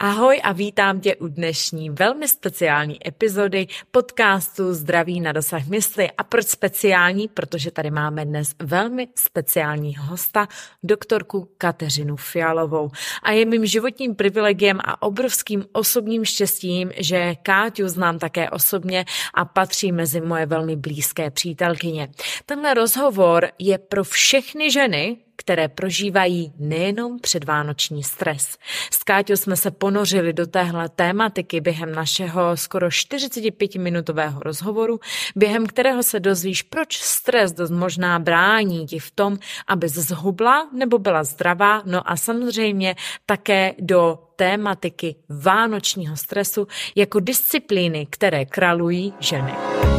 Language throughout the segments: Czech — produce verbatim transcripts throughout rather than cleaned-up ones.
Ahoj a vítám tě u dnešní velmi speciální epizody podcastu Zdraví na dosah mysli. A proč speciální? Protože tady máme dnes velmi speciálního hosta, doktorku Kateřinu Fialovou. A je mým životním privilegiem a obrovským osobním štěstím, že Káťu znám také osobně a patří mezi moje velmi blízké přítelkyně. Tenhle rozhovor je pro všechny ženy, které prožívají nejenom předvánoční stres. S Káťou jsme se ponořili do téhle tématiky během našeho skoro čtyřicetipětiminutového rozhovoru, během kterého se dozvíš, proč stres dost možná brání ti v tom, aby zhubla nebo byla zdravá, no a samozřejmě také do tématiky vánočního stresu jako disciplíny, které králují ženy.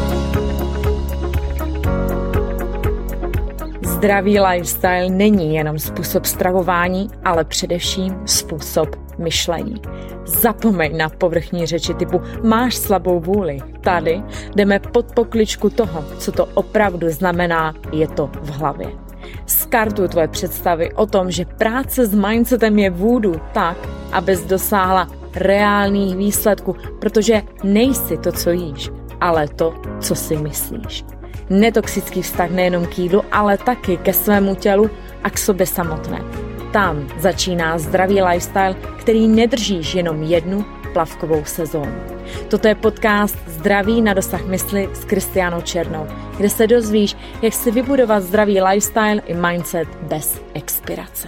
Zdravý lifestyle není jenom způsob stravování, ale především způsob myšlení. Zapomeň na povrchní řeči typu máš slabou vůli. Tady jdeme pod pokličku toho, co to opravdu znamená, je to v hlavě. Skartuj tvoje představy o tom, že práce s mindsetem je vůdu tak, abys dosáhla reálných výsledků, protože nejsi to, co jíš, ale to, co si myslíš. Netoxický vztah nejenom k jídlu, ale taky ke svému tělu a k sobě samotné. Tam začíná zdravý lifestyle, který nedržíš jenom jednu plavkovou sezónu. Toto je podcast Zdraví na dosah mysli s Kristiánou Černou, kde se dozvíš, jak si vybudovat zdravý lifestyle i mindset bez expirace.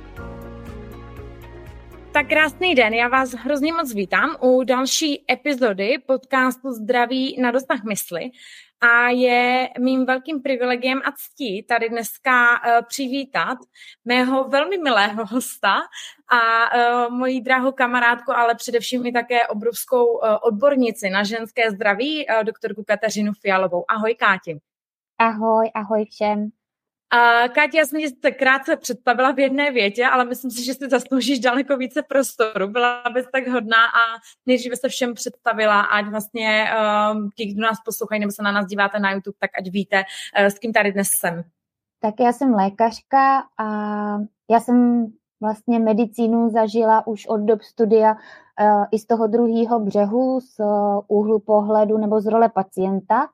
Tak krásný den, já vás hrozně moc vítám u další epizody podcastu Zdraví na dosah mysli. A je mým velkým privilegiem a ctí tady dneska uh, přivítat mého velmi milého hosta a uh, moji drahou kamarádku, ale především i také obrovskou uh, odbornici na ženské zdraví, uh, doktorku Kateřinu Fialovou. Ahoj, Káti. Ahoj, ahoj všem. Uh, Káti, já jsem tě krátce představila v jedné větě, ale myslím si, že si zasloužíš daleko více prostoru. Byla bys tak hodná a nejdříve se všem představila, ať vlastně um, ti, kdo nás poslouchají nebo se na nás díváte na YouTube, tak ať víte, uh, s kým tady dnes jsem. Tak já jsem lékařka a já jsem vlastně medicínu zažila už od dob studia uh, i z toho druhého břehu, z uh, úhlu pohledu nebo z role pacienta.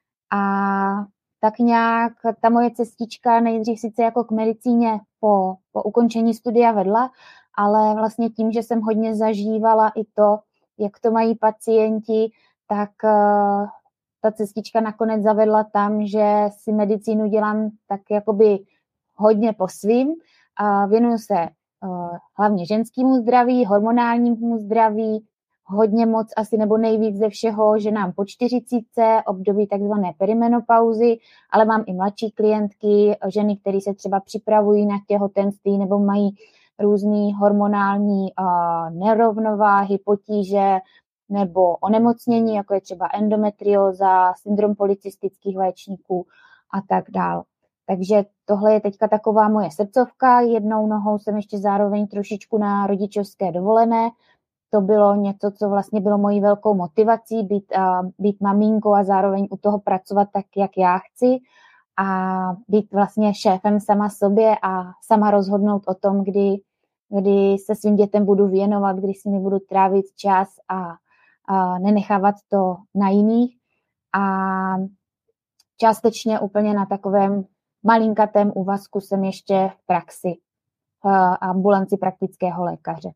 A tak nějak ta moje cestička nejdřív sice jako k medicíně po, po ukončení studia vedla, ale vlastně tím, že jsem hodně zažívala i to, jak to mají pacienti, tak uh, ta cestička nakonec zavedla tam, že si medicínu dělám tak jakoby hodně po svým. Uh, věnuju se uh, hlavně ženskému zdraví, hormonálnímu zdraví, hodně moc asi nebo nejvíc ze všeho ženám po čtyřicítce, období takzvané perimenopauzy, ale mám i mladší klientky, ženy, které se třeba připravují na těhotenství nebo mají různé hormonální uh, nerovnováhy, potíže nebo onemocnění, jako je třeba endometrióza, syndrom polycystických vaječníků a tak dál. Takže tohle je teďka taková moje srdcovka. Jednou nohou jsem ještě zároveň trošičku na rodičovské dovolené. To bylo něco, co vlastně bylo mojí velkou motivací, být, uh, být maminkou a zároveň u toho pracovat tak, jak já chci a být vlastně šéfem sama sobě a sama rozhodnout o tom, kdy, kdy se svým dětem budu věnovat, kdy si mi budu trávit čas a, a nenechávat to na jiných. A částečně úplně na takovém malinkatém úvazku jsem ještě v praxi v ambulanci praktického lékaře.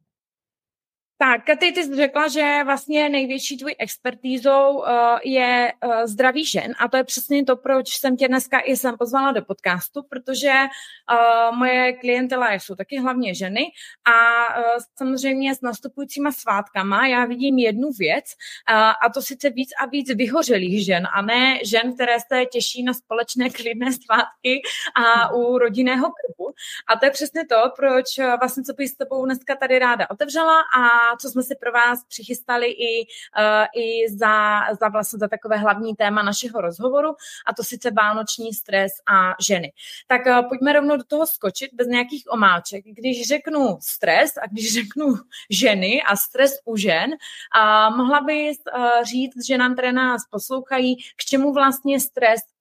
Tak, ty, ty jsi řekla, že vlastně největší tvojí expertízou uh, je uh, zdraví žen a to je přesně to, proč jsem tě dneska i jsem pozvala do podcastu, protože uh, moje klientela jsou taky hlavně ženy a uh, samozřejmě s nastupujícíma svátkama já vidím jednu věc uh, a to sice víc a víc vyhořelých žen a ne žen, které se těší na společné klidné svátky a u rodinného kruhu. A to je přesně to, proč uh, vlastně co bych s tebou dneska tady ráda otevřela a co jsme si pro vás přichystali i, uh, i za, za, vlastně za takové hlavní téma našeho rozhovoru, a to sice vánoční stres a ženy. Tak uh, pojďme rovnou do toho skočit bez nějakých omáček. Když řeknu stres a když řeknu ženy a stres u žen, uh, mohla bys uh, říct ženám, které nás poslouchají, k čemu vlastně stres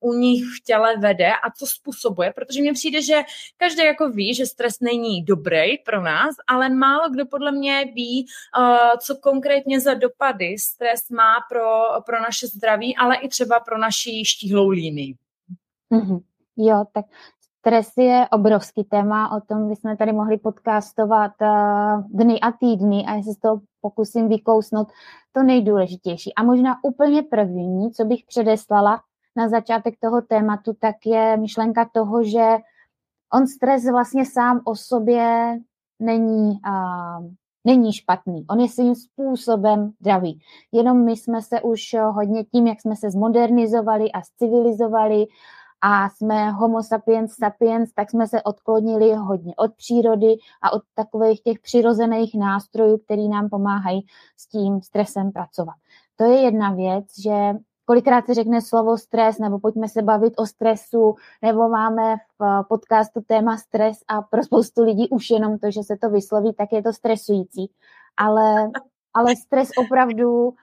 u nich v těle vede a co způsobuje, protože mně přijde, že každý jako ví, že stres není dobrý pro nás, ale málo kdo podle mě ví, uh, co konkrétně za dopady stres má pro, pro naše zdraví, ale i třeba pro naši štíhlou línii. Mm-hmm. Jo, tak stres je obrovský téma, o tom bychom tady mohli podcastovat uh, dny a týdny a já se z toho pokusím vykousnout to nejdůležitější. A možná úplně první, co bych předeslala na začátek toho tématu, tak je myšlenka toho, že on stres vlastně sám o sobě není, uh, není špatný. On je svým způsobem zdravý. Jenom my jsme se už hodně tím, jak jsme se zmodernizovali a civilizovali, a jsme homo sapiens sapiens, tak jsme se odklonili hodně od přírody a od takových těch přirozených nástrojů, který nám pomáhají s tím stresem pracovat. To je jedna věc, že kolikrát se řekne slovo stres, nebo pojďme se bavit o stresu, nebo máme v podcastu téma stres a pro spoustu lidí už jenom to, že se to vysloví, tak je to stresující. Ale, ale stres opravdu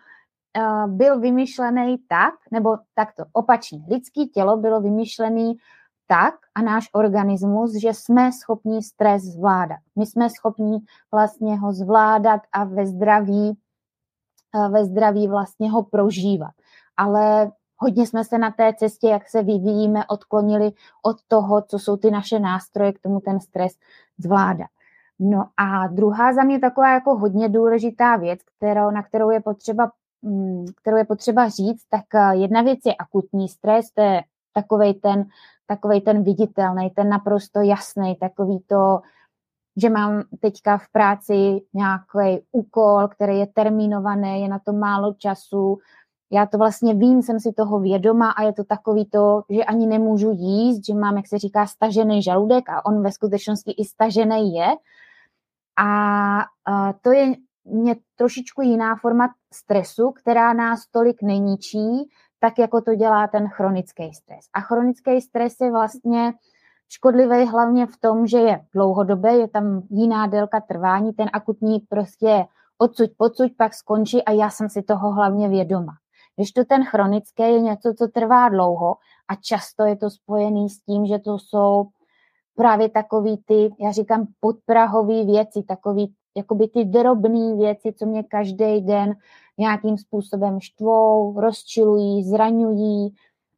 byl vymyšlený tak, nebo takto opačně. Lidské tělo bylo vymyšlený tak a náš organismus, že jsme schopni stres zvládat. My jsme schopni vlastně ho zvládat a ve zdraví, ve zdraví vlastně ho prožívat. Ale hodně jsme se na té cestě, jak se vyvíjíme, odklonili od toho, co jsou ty naše nástroje k tomu ten stres zvládat. No a druhá za mě taková jako hodně důležitá věc, kterou, na kterou je potřeba kterou je potřeba říct, tak jedna věc je akutní stres, to je takovej ten, takovej ten viditelný, ten naprosto jasný, takový to, že mám teďka v práci nějaký úkol, který je termínovaný, je na to málo času, já to vlastně vím, jsem si toho vědoma a je to takový to, že ani nemůžu jíst, že mám, jak se říká, stažený žaludek a on ve skutečnosti i stažený je. A, a to je mě trošičku jiná forma stresu, která nás tolik neníčí, tak jako to dělá ten chronický stres. A chronický stres je vlastně škodlivý hlavně v tom, že je dlouhodobý, je tam jiná délka trvání, ten akutní prostě odsud pocud pak skončí a já jsem si toho hlavně vědoma. Když to ten chronický je něco, co trvá dlouho a často je to spojený s tím, že to jsou právě takový ty, já říkám, podprahový věci, takový jakoby ty drobné věci, co mě každý den nějakým způsobem štvou, rozčilují, zraňují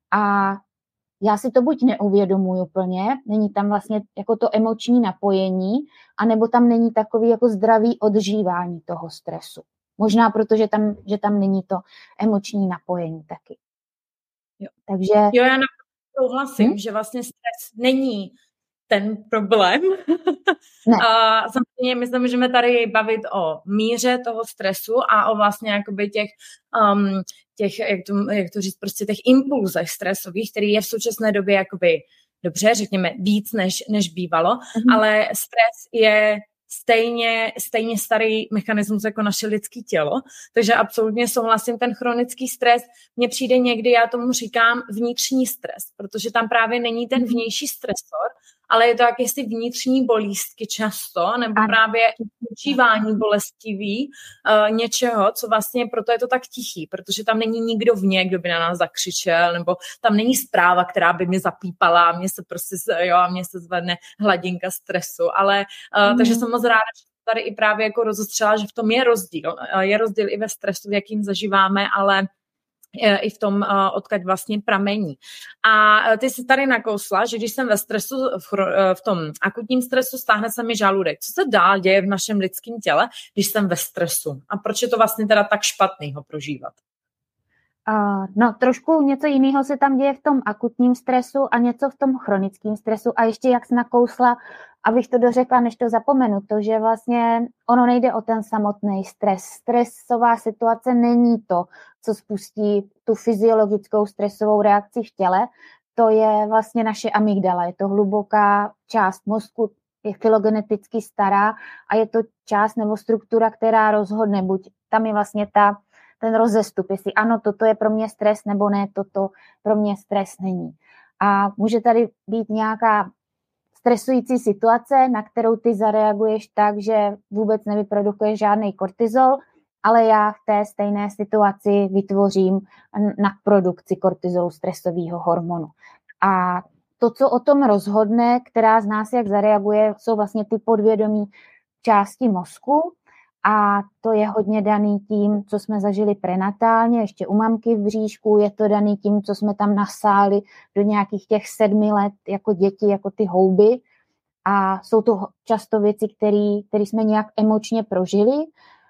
a já si to buď neuvědomuji plně, není tam vlastně jako to emoční napojení, anebo tam není takový jako zdravý odžívání toho stresu. Možná proto, že tam, že tam není to emoční napojení taky. Jo. Takže... Jo, já souhlasím, hmm? že vlastně stres není ten problém. Ne. A samozřejmě my se můžeme tady bavit o míře toho stresu a o vlastně jakoby těch, um, těch jak, to, jak to říct, prostě těch impulzech stresových, který je v současné době jakoby dobře, řekněme, víc než, než bývalo, mm-hmm. ale stres je stejně, stejně starý mechanismus jako naše lidské tělo, takže absolutně souhlasím, ten chronický stres mně přijde někdy, já tomu říkám vnitřní stres, protože tam právě není ten vnější stresor, ale je to jakési vnitřní bolístky často, nebo právě užívání bolestivý uh, něčeho, co vlastně, proto je to tak tichý, protože tam není nikdo vně, kdo by na nás zakřičel, nebo tam není zpráva, která by mi zapípala a mě se prostě, jo, a mě se zvedne hladinka stresu, ale uh, mm. takže jsem moc ráda, že tady i právě jako rozostřela, že v tom je rozdíl. Uh, je rozdíl i ve stresu, v jakým zažíváme, ale i v tom, odkud vlastně pramení. A ty jsi tady nakousla, že když jsem ve stresu, v tom akutním stresu, stáhne se mi žaludek. Co se dál děje v našem lidském těle, když jsem ve stresu? A proč je to vlastně teda tak špatný ho prožívat? Uh, no, trošku něco jiného se tam děje v tom akutním stresu a něco v tom chronickém stresu. A ještě jak jsi nakousla, abych to dořekla, než to zapomenu, to, že vlastně ono nejde o ten samotný stres. Stresová situace není to, co spustí tu fyziologickou stresovou reakci v těle. To je vlastně naše amygdala. Je to hluboká část mozku, je filogeneticky stará a je to část nebo struktura, která rozhodne, buď tam je vlastně ta ten rozestup, jestli ano, toto je pro mě stres, nebo ne, toto pro mě stres není. A může tady být nějaká stresující situace, na kterou ty zareaguješ tak, že vůbec nevyprodukuješ žádný kortizol ale já v té stejné situaci vytvořím nadprodukci kortizolu, stresového hormonu. A to, co o tom rozhodne, která z nás jak zareaguje, jsou vlastně ty podvědomí části mozku a to je hodně daný tím, co jsme zažili prenatálně, ještě u mamky v bříšku, je to daný tím, co jsme tam nasáli do nějakých těch sedmi let jako děti, jako ty houby a jsou to často věci, které jsme nějak emočně prožili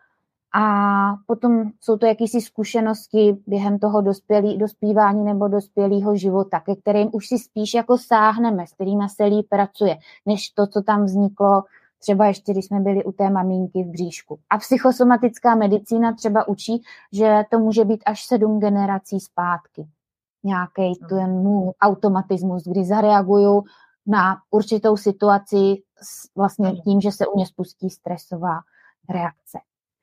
a potom jsou to jakýsi zkušenosti během toho dospělý, dospívání nebo dospělého života, ke kterým už si spíš jako sáhneme, s kterými se líp pracuje, než to, co tam vzniklo třeba ještě, když jsme byli u té maminky v bříšku. A psychosomatická medicína třeba učí, že to může být až sedm generací zpátky. Nějaký ten můj automatismus, kdy zareaguju na určitou situaci s vlastně tím, že se u mě spustí stresová reakce.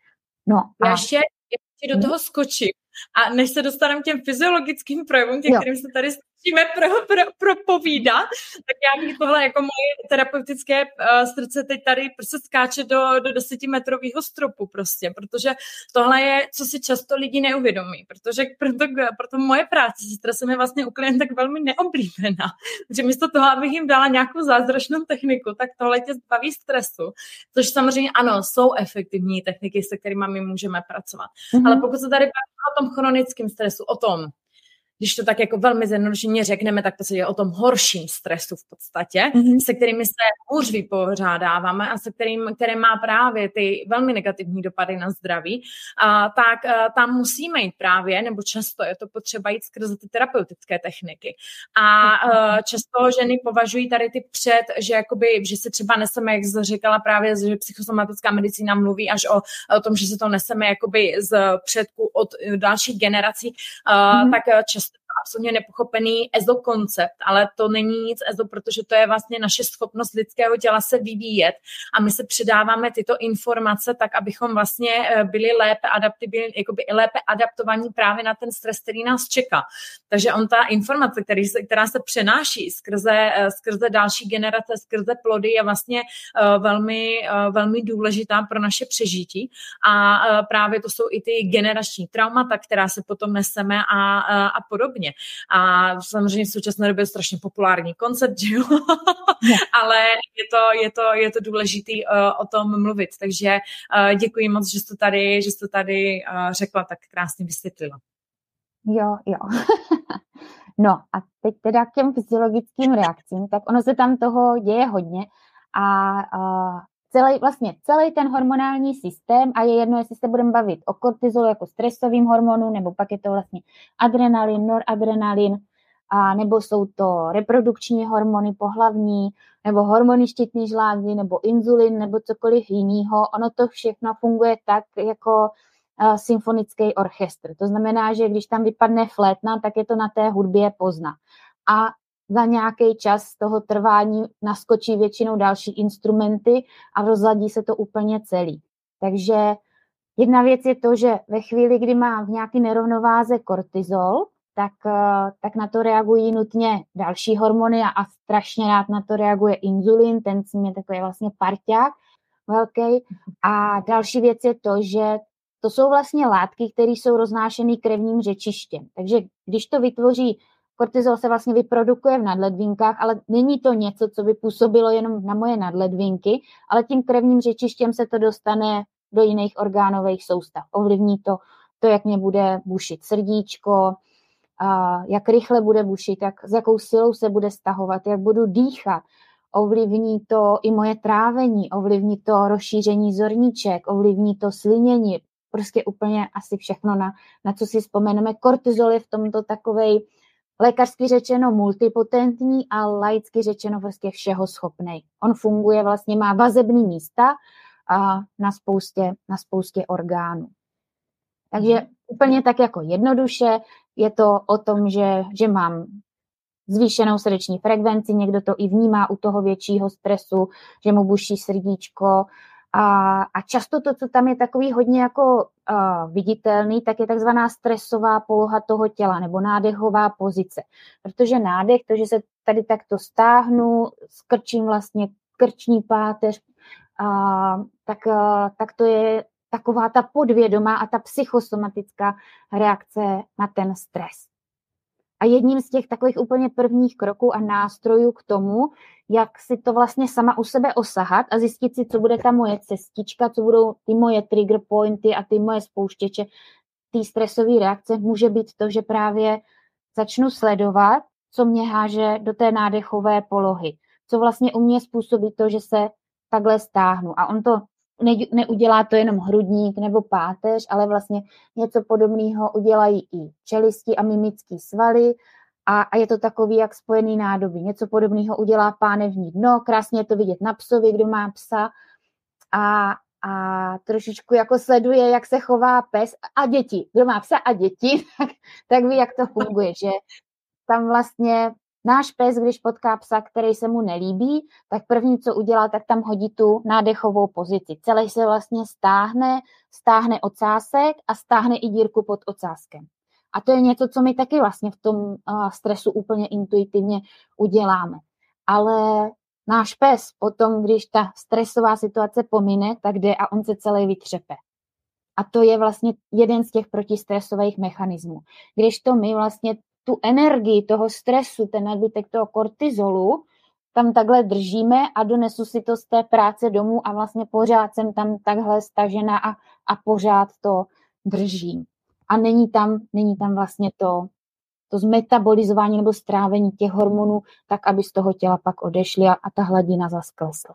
No Já a... ještě, ještě do toho skočím a než se dostaneme k těm fyziologickým projevům, těch, kterým se tady snažíme pro, pro, propovídat, tak já bych tohle jako moje terapeutické uh, srdce teď tady prostě skáče do, do desetimetrového stropu prostě, protože tohle je, co si často lidi neuvědomí, protože proto, proto moje práce se stresem je vlastně u klientek velmi neoblíbená, že místo toho, abych jim dala nějakou zázračnou techniku, tak tohle tě zbaví stresu, což samozřejmě ano, jsou efektivní techniky, se kterými my můžeme pracovat, mm-hmm. ale pokud se tady bavíme o tom chronickém stresu, o tom, když to tak jako velmi zjednodušeně řekneme, tak to se je o tom horším stresu v podstatě, mm-hmm. se kterými se hůř vypořádáváme a se kterým, které má právě ty velmi negativní dopady na zdraví, a tak a, tam musíme jít právě, nebo často je to potřeba jít skrze ty terapeutické techniky. A a často ženy považují tady ty před, že jakoby, že se třeba neseme, jak jsi říkala právě, že psychosomatická medicína mluví až o, o tom, že se to neseme jakoby z předku od dalších generací, a, mm-hmm. tak často absolutně nepochopený ezokoncept, ale to není nic ezo, protože to je vlastně naše schopnost lidského těla se vyvíjet a my se předáváme tyto informace tak, abychom vlastně byli lépe adaptibilní, jakoby lépe adaptovaní právě na ten stres, který nás čeká. Takže on ta informace, který se, která se přenáší skrze, skrze další generace, skrze plody, je vlastně uh, velmi, uh, velmi důležitá pro naše přežití a uh, právě to jsou i ty generační traumata, která se potom neseme a, uh, a podobně. A samozřejmě v současné době je strašně populární koncept, že jo? Ale je to, je to, je to důležitý uh, o tom mluvit. Takže uh, děkuji moc, že jsi to tady, že jsi to tady uh, řekla, tak krásně vysvětlila. Jo, jo. No a teď teda k těm fyziologickým reakcím, tak ono se tam toho děje hodně a uh, celý, vlastně celý ten hormonální systém, a je jedno, jestli se budeme bavit o kortizolu jako stresovým hormonu, nebo pak je to vlastně adrenalin, noradrenalin, a nebo jsou to reprodukční hormony pohlavní, nebo hormony štítné žlázy, nebo inzulin, nebo cokoliv jiného. Ono to všechno funguje tak jako uh, symfonický orchestr. To znamená, že když tam vypadne flétna, tak je to na té hudbě pozna. A za nějaký čas toho trvání naskočí většinou další instrumenty a rozladí se to úplně celý. Takže jedna věc je to, že ve chvíli, kdy má v nějaké nerovnováze kortizol, tak, tak na to reagují nutně další hormony a, a strašně rád na to reaguje inzulin, ten je takový vlastně parťák velký. A další věc je to, že to jsou vlastně látky, které jsou roznášené krevním řečištěm. Takže když to vytvoří kortizol se vlastně vyprodukuje v nadledvinkách, ale není to něco, co by působilo jenom na moje nadledvinky, ale tím krevním řečištěm se to dostane do jiných orgánových soustav. Ovlivní to, to jak mě bude bušit srdíčko, a jak rychle bude bušit, jak, s jakou silou se bude stahovat, jak budu dýchat. Ovlivní to i moje trávení, ovlivní to rozšíření zorniček, ovlivní to slinění. Prostě úplně asi všechno, na, na co si vzpomeneme. Kortizol je v tomto takovej lékařsky řečeno multipotentní a laicky řečeno prostě všeho schopnej. On funguje, vlastně má vazebný místa a na spoustě, na spoustě orgánů. Takže úplně tak jako jednoduše je to o tom, že, že mám zvýšenou srdeční frekvenci, někdo to i vnímá u toho většího stresu, že mu buší srdíčko. A, a často to, co tam je takový hodně jako uh, viditelný, tak je takzvaná stresová poloha toho těla nebo nádechová pozice. Protože nádech, to, že se tady takto stáhnu, skrčím vlastně krční páteř, uh, tak, uh, tak to je taková ta podvědomá a ta psychosomatická reakce na ten stres. A jedním z těch takových úplně prvních kroků a nástrojů k tomu, jak si to vlastně sama u sebe osahat a zjistit si, co bude ta moje cestička, co budou ty moje trigger pointy a ty moje spouštěče, ty stresové reakce, může být to, že právě začnu sledovat, co mě háže do té nádechové polohy, co vlastně u mě způsobí to, že se takhle stáhnu. A on to ne, neudělá to jenom hrudník nebo páteř, ale vlastně něco podobného udělají i čelisti a mimický svaly a, a je to takový jak spojený nádoby. Něco podobného udělá pánevní dno, krásně je to vidět na psovi, kdo má psa a, a trošičku jako sleduje, jak se chová pes a děti. Kdo má psa a děti, tak, tak ví, jak to funguje, že tam vlastně náš pes, když potká psa, který se mu nelíbí, tak první, co udělá, tak tam hodí tu nádechovou pozici. Celý se vlastně stáhne, stáhne ocásek a stáhne i dírku pod ocáskem. A to je něco, co my taky vlastně v tom uh, stresu úplně intuitivně uděláme. Ale náš pes potom, když ta stresová situace pomine, tak jde a on se celý vytřepe. A to je vlastně jeden z těch protistresových mechanismů. Když to my vlastně tu energii toho stresu, ten nadbytek toho kortizolu, tam takhle držíme a donesu si to z té práce domů a vlastně pořád jsem tam takhle stažena a, a pořád to držím. A není tam, není tam vlastně to, to zmetabolizování nebo strávení těch hormonů, tak aby z toho těla pak odešly a, a ta hladina zas klesla.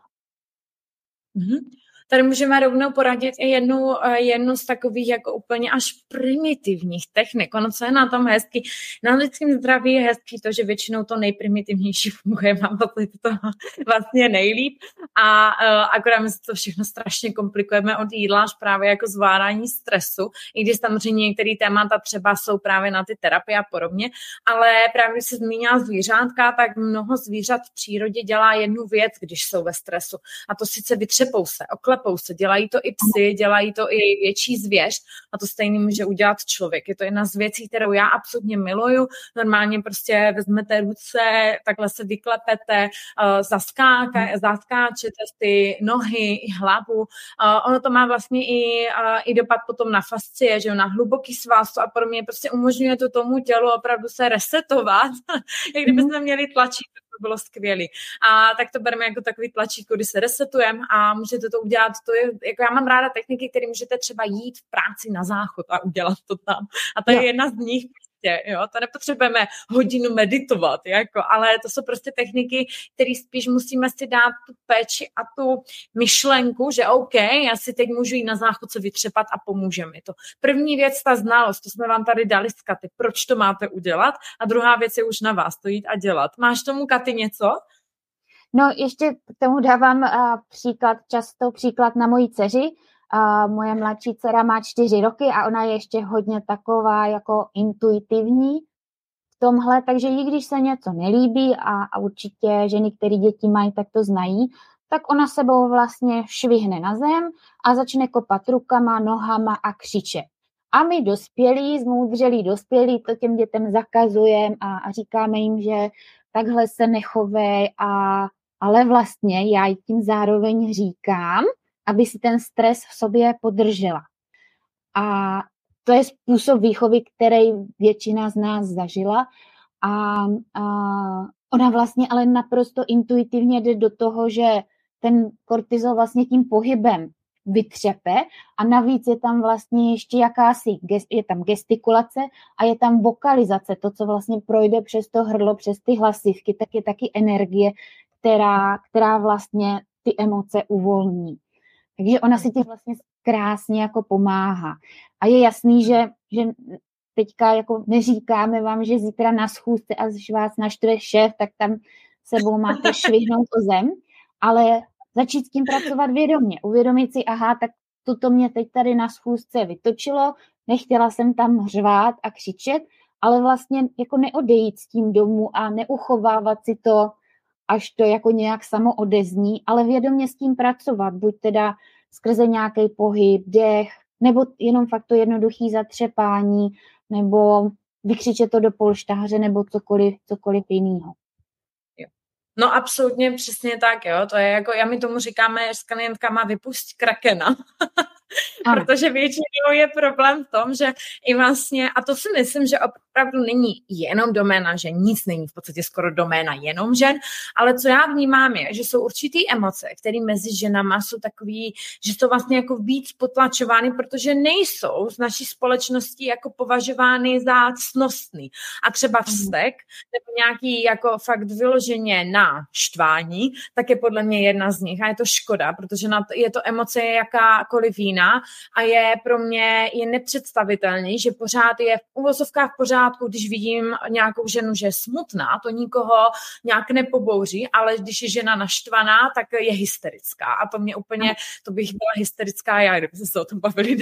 Mm-hmm. Tady můžeme rovnou poradit i jednu, jednu z takových jako úplně až primitivních technik. Ono, co je na tom hezký, na lidském zdraví je hezký to, že většinou to nejprimitivnější funguje, mám pocit to vlastně nejlíp a uh, akorát my si to všechno strašně komplikujeme od jídla až právě jako zvládání stresu, i když samozřejmě některé témata třeba jsou právě na ty terapie a podobně, ale právě když se zmínila zvířátka, tak mnoho zvířat v přírodě dělá jednu věc, když jsou ve stresu a to sice vytřepou se, oklepou se, dělají to i psy, dělají to i větší zvěř a to stejný může udělat člověk. Je to jedna z věcí, kterou já absolutně miluju. Normálně prostě vezmete ruce, takhle se vyklepete, zaskáka, zaskáčete ty nohy i hlavu. Ono to má vlastně i, i dopad potom na fascie, že na hluboký svaz a pro mě prostě umožňuje to tomu tělu opravdu se resetovat, jak kdybychom měli tlačit. To bylo skvělé. A tak to bereme jako takový tlačítko, kdy se resetujeme a můžete to udělat. To je, jako já mám ráda techniky, které můžete třeba jít v práci na záchod a udělat to tam. A to je jo. jedna z nich. Jo, to nepotřebujeme hodinu meditovat, jako, ale to jsou prostě techniky, které spíš musíme si dát tu péči a tu myšlenku, že OK, já si teď můžu jít na záchod se vytřepat a pomůže mi to. První věc, ta znalost, to jsme vám tady dali z Katy, proč to máte udělat a druhá věc je už na vás, to jít a dělat. Máš tomu, Katy, něco? No, ještě k tomu dávám uh, příklad, často příklad na mojí dceři. A moje mladší dcera má čtyři roky a ona je ještě hodně taková jako intuitivní v tomhle, takže i když se něco nelíbí a, a určitě ženy, které děti mají, tak to znají, tak ona sebou vlastně švihne na zem a začne kopat rukama, nohama a křičet. A my dospělí, zmoudřelí dospělí, to těm dětem zakazujeme a, a říkáme jim, že takhle se nechovej, a, ale vlastně já jí tím zároveň říkám, aby si ten stres v sobě podržela. A to je způsob výchovy, který většina z nás zažila. A, a ona vlastně ale naprosto intuitivně jde do toho, že ten kortizol vlastně tím pohybem vytřepe a navíc je tam vlastně ještě jakási, je tam gestikulace a je tam vokalizace, to, co vlastně projde přes to hrdlo, přes ty hlasivky, tak je taky energie, která, která vlastně ty emoce uvolní. Takže ona si tím vlastně krásně jako pomáhá. A je jasný, že, že teďka jako neříkáme vám, že zítra na schůzce, až vás naštve šéf, tak tam sebou máte švihnout o zem, ale začít s tím pracovat vědomě. Uvědomit si, aha, tak toto mě teď tady na schůzce vytočilo, nechtěla jsem tam řvát a křičet, ale vlastně jako neodejít s tím domů a neuchovávat si to, až to jako nějak samo odezní, ale vědomě s tím pracovat, buď teda skrze nějaký pohyb, dech, nebo jenom fakt to jednoduchý zatřepání, nebo vykřičet to do polštáře, nebo cokoliv, cokoliv jiného. No absolutně přesně tak, jo, to je jako, já mi tomu říkáme s klientkama vypust krakena, Protože většinou je problém v tom, že i vlastně, a to si myslím, že opravdu není jenom doména žen, nic není v podstatě skoro doména jenom žen, ale co já vnímám je, že jsou určitý emoce, které mezi ženama jsou takový, že jsou vlastně jako víc potlačovány, protože nejsou z naší společnosti jako považovány za cnostný. A třeba vztek, nebo nějaký jako fakt vyloženě na štvání, tak je podle mě jedna z nich a je to škoda, protože je to emoce jakákoliv jiná a je pro mě je nepředstavitelný, že pořád je v uvozovkách v pořádku, když vidím nějakou ženu, že je smutná, to nikoho nějak nepobouří, ale když je žena naštvaná, tak je hysterická a to mě úplně, to bych byla hysterická já, kdyby se o tom bavili.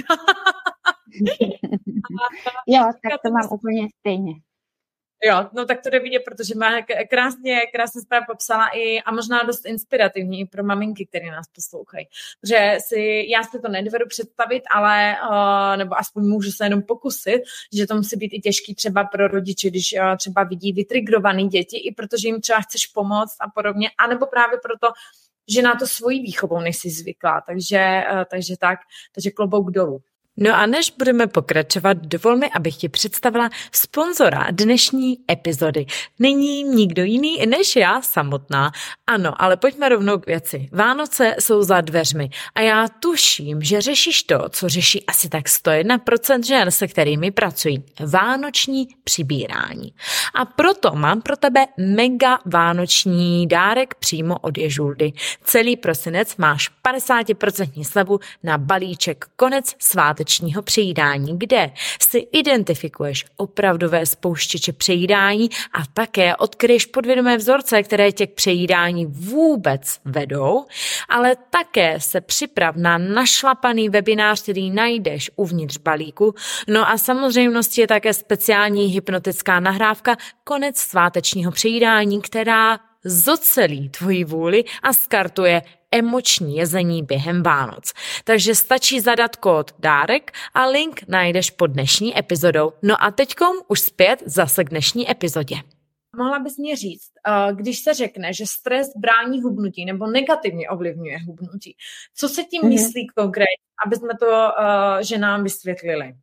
Jo, tak to mám úplně stejně. Jo, no tak to jde vidět, protože má krásně, krásně zpráva popsala i a možná dost inspirativní i pro maminky, které nás poslouchají. Protože si, já si to nedovedu představit, ale, uh, nebo aspoň můžu se jenom pokusit, že to musí být i těžký třeba pro rodiče, když uh, třeba vidí vytrigrovaný děti, i protože jim třeba chceš pomoct a podobně, anebo právě proto, že na to svojí výchovou nejsi zvyklá. Takže, uh, takže tak, takže klobouk dolů. No a než budeme pokračovat, dovol mi, abych ti představila sponzora dnešní epizody. Není nikdo jiný než já samotná. Ano, ale pojďme rovnou k věci. Vánoce jsou za dveřmi a já tuším, že řešíš to, co řeší asi tak sto jedna procent žen, se kterými pracují. Vánoční přibírání. A proto mám pro tebe mega vánoční dárek přímo od Ježuldy. Celý prosinec máš padesát procent slevu na balíček Konec svátek přejídání, kde si identifikuješ opravdové spouštěče přejídání a také odkryješ podvědomé vzorce, které tě k přejídání vůbec vedou, ale také se připrav na našlapaný webinář, který najdeš uvnitř balíku. No a samozřejmostí je také speciální hypnotická nahrávka Konec svátečního přejídání, která zocelí tvoji vůli a skartuje emoční jezení během Vánoc. Takže stačí zadat kód dárek a link najdeš pod dnešní epizodou. No a teďkom už zpět zase k dnešní epizodě. Mohla bys mě říct, když se řekne, že stres brání hubnutí nebo negativně ovlivňuje hubnutí, co se tím mm-hmm. myslí konkrétně, aby jsme to uh, ženám vysvětlili?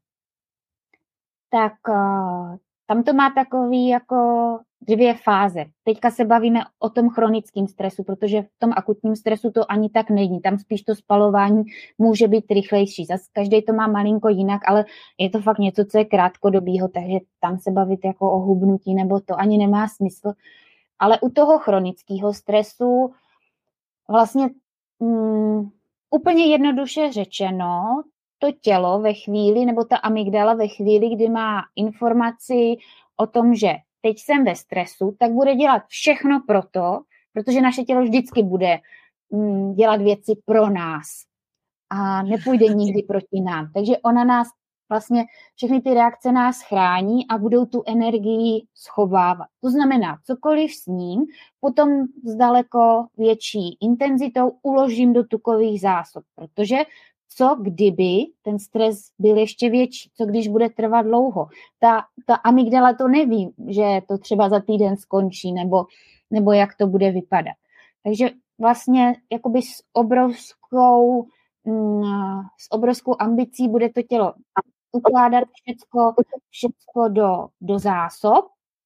Tak uh, tam to má takový jako dvě fáze. Teďka se bavíme o tom chronickém stresu, protože v tom akutním stresu to ani tak není. Tam spíš to spalování může být rychlejší. Zas každý to má malinko jinak, ale je to fakt něco, co je krátkodobýho, takže tam se bavit jako o hubnutí nebo to ani nemá smysl. Ale u toho chronického stresu vlastně mm, úplně jednoduše řečeno, to tělo ve chvíli, nebo ta amygdala ve chvíli, kdy má informaci o tom, že teď jsem ve stresu, tak bude dělat všechno pro to, protože naše tělo vždycky bude mm, dělat věci pro nás a nepůjde nikdy proti nám. Takže ona nás vlastně, všechny ty reakce nás chrání a budou tu energii schovávat. To znamená, cokoliv s ním, potom s daleko větší intenzitou uložím do tukových zásob, protože co kdyby ten stres byl ještě větší, co když bude trvat dlouho. Ta, ta amygdala to neví, že to třeba za týden skončí, nebo, nebo jak to bude vypadat. Takže vlastně jakoby s obrovskou, mm, s obrovskou ambicí bude to tělo ukládat všecko, všecko do, do zásob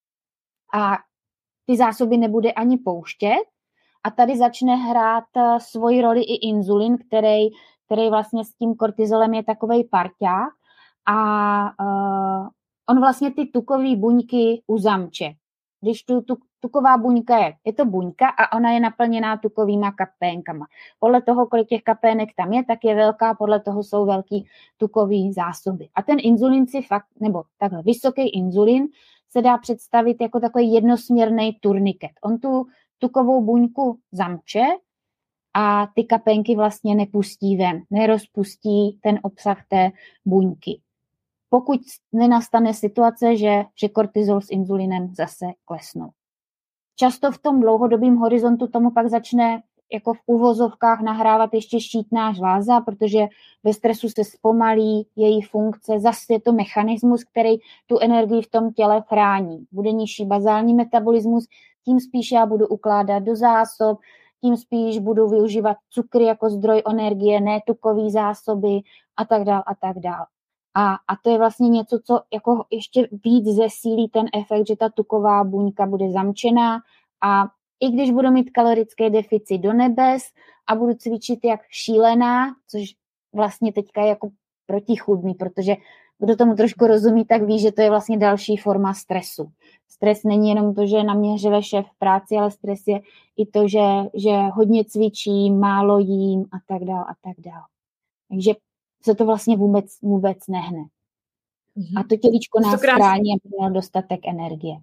a ty zásoby nebude ani pouštět a tady začne hrát svoji roli i inzulin, který který vlastně s tím kortizolem je takovej parťák a uh, on vlastně ty tukové buňky uzamče. Když tu, tu tuková buňka je, je to buňka a ona je naplněná tukovýma kapénkama. Podle toho, kolik těch kapének tam je, tak je velká, podle toho jsou velký tukový zásoby. A ten inzulin si fakt, nebo takhle vysoký inzulin se dá představit jako takový jednosměrný turniket. On tu tukovou buňku zamče a ty kapénky vlastně nepustí ven, nerozpustí ten obsah té buňky. Pokud nenastane situace, že, že kortizol s inzulinem zase klesnou. Často v tom dlouhodobém horizontu tomu pak začne jako v uvozovkách nahrávat ještě štítná žláza, protože ve stresu se zpomalí její funkce. Zase je to mechanismus, který tu energii v tom těle chrání. Bude nižší bazální metabolismus, tím spíš já budu ukládat do zásob, tím spíš budu využívat cukry jako zdroj energie, ne tukové zásoby a tak dál a tak dál. A, a to je vlastně něco, co jako ještě víc zesílí ten efekt, že ta tuková buňka bude zamčená a i když budu mít kalorický deficit do nebes a budu cvičit jak šílená, což vlastně teďka je jako protichůdný, protože kdo tomu trošku rozumí, tak ví, že to je vlastně další forma stresu. Stres není jenom to, že na mě řve šéf v práci, ale stres je i to, že, že hodně cvičím, málo jím a tak dál a tak dál. Takže se to vlastně vůbec, vůbec nehne. Mm-hmm. A to tělíčko nás chrání, aby mělo dostatek energie.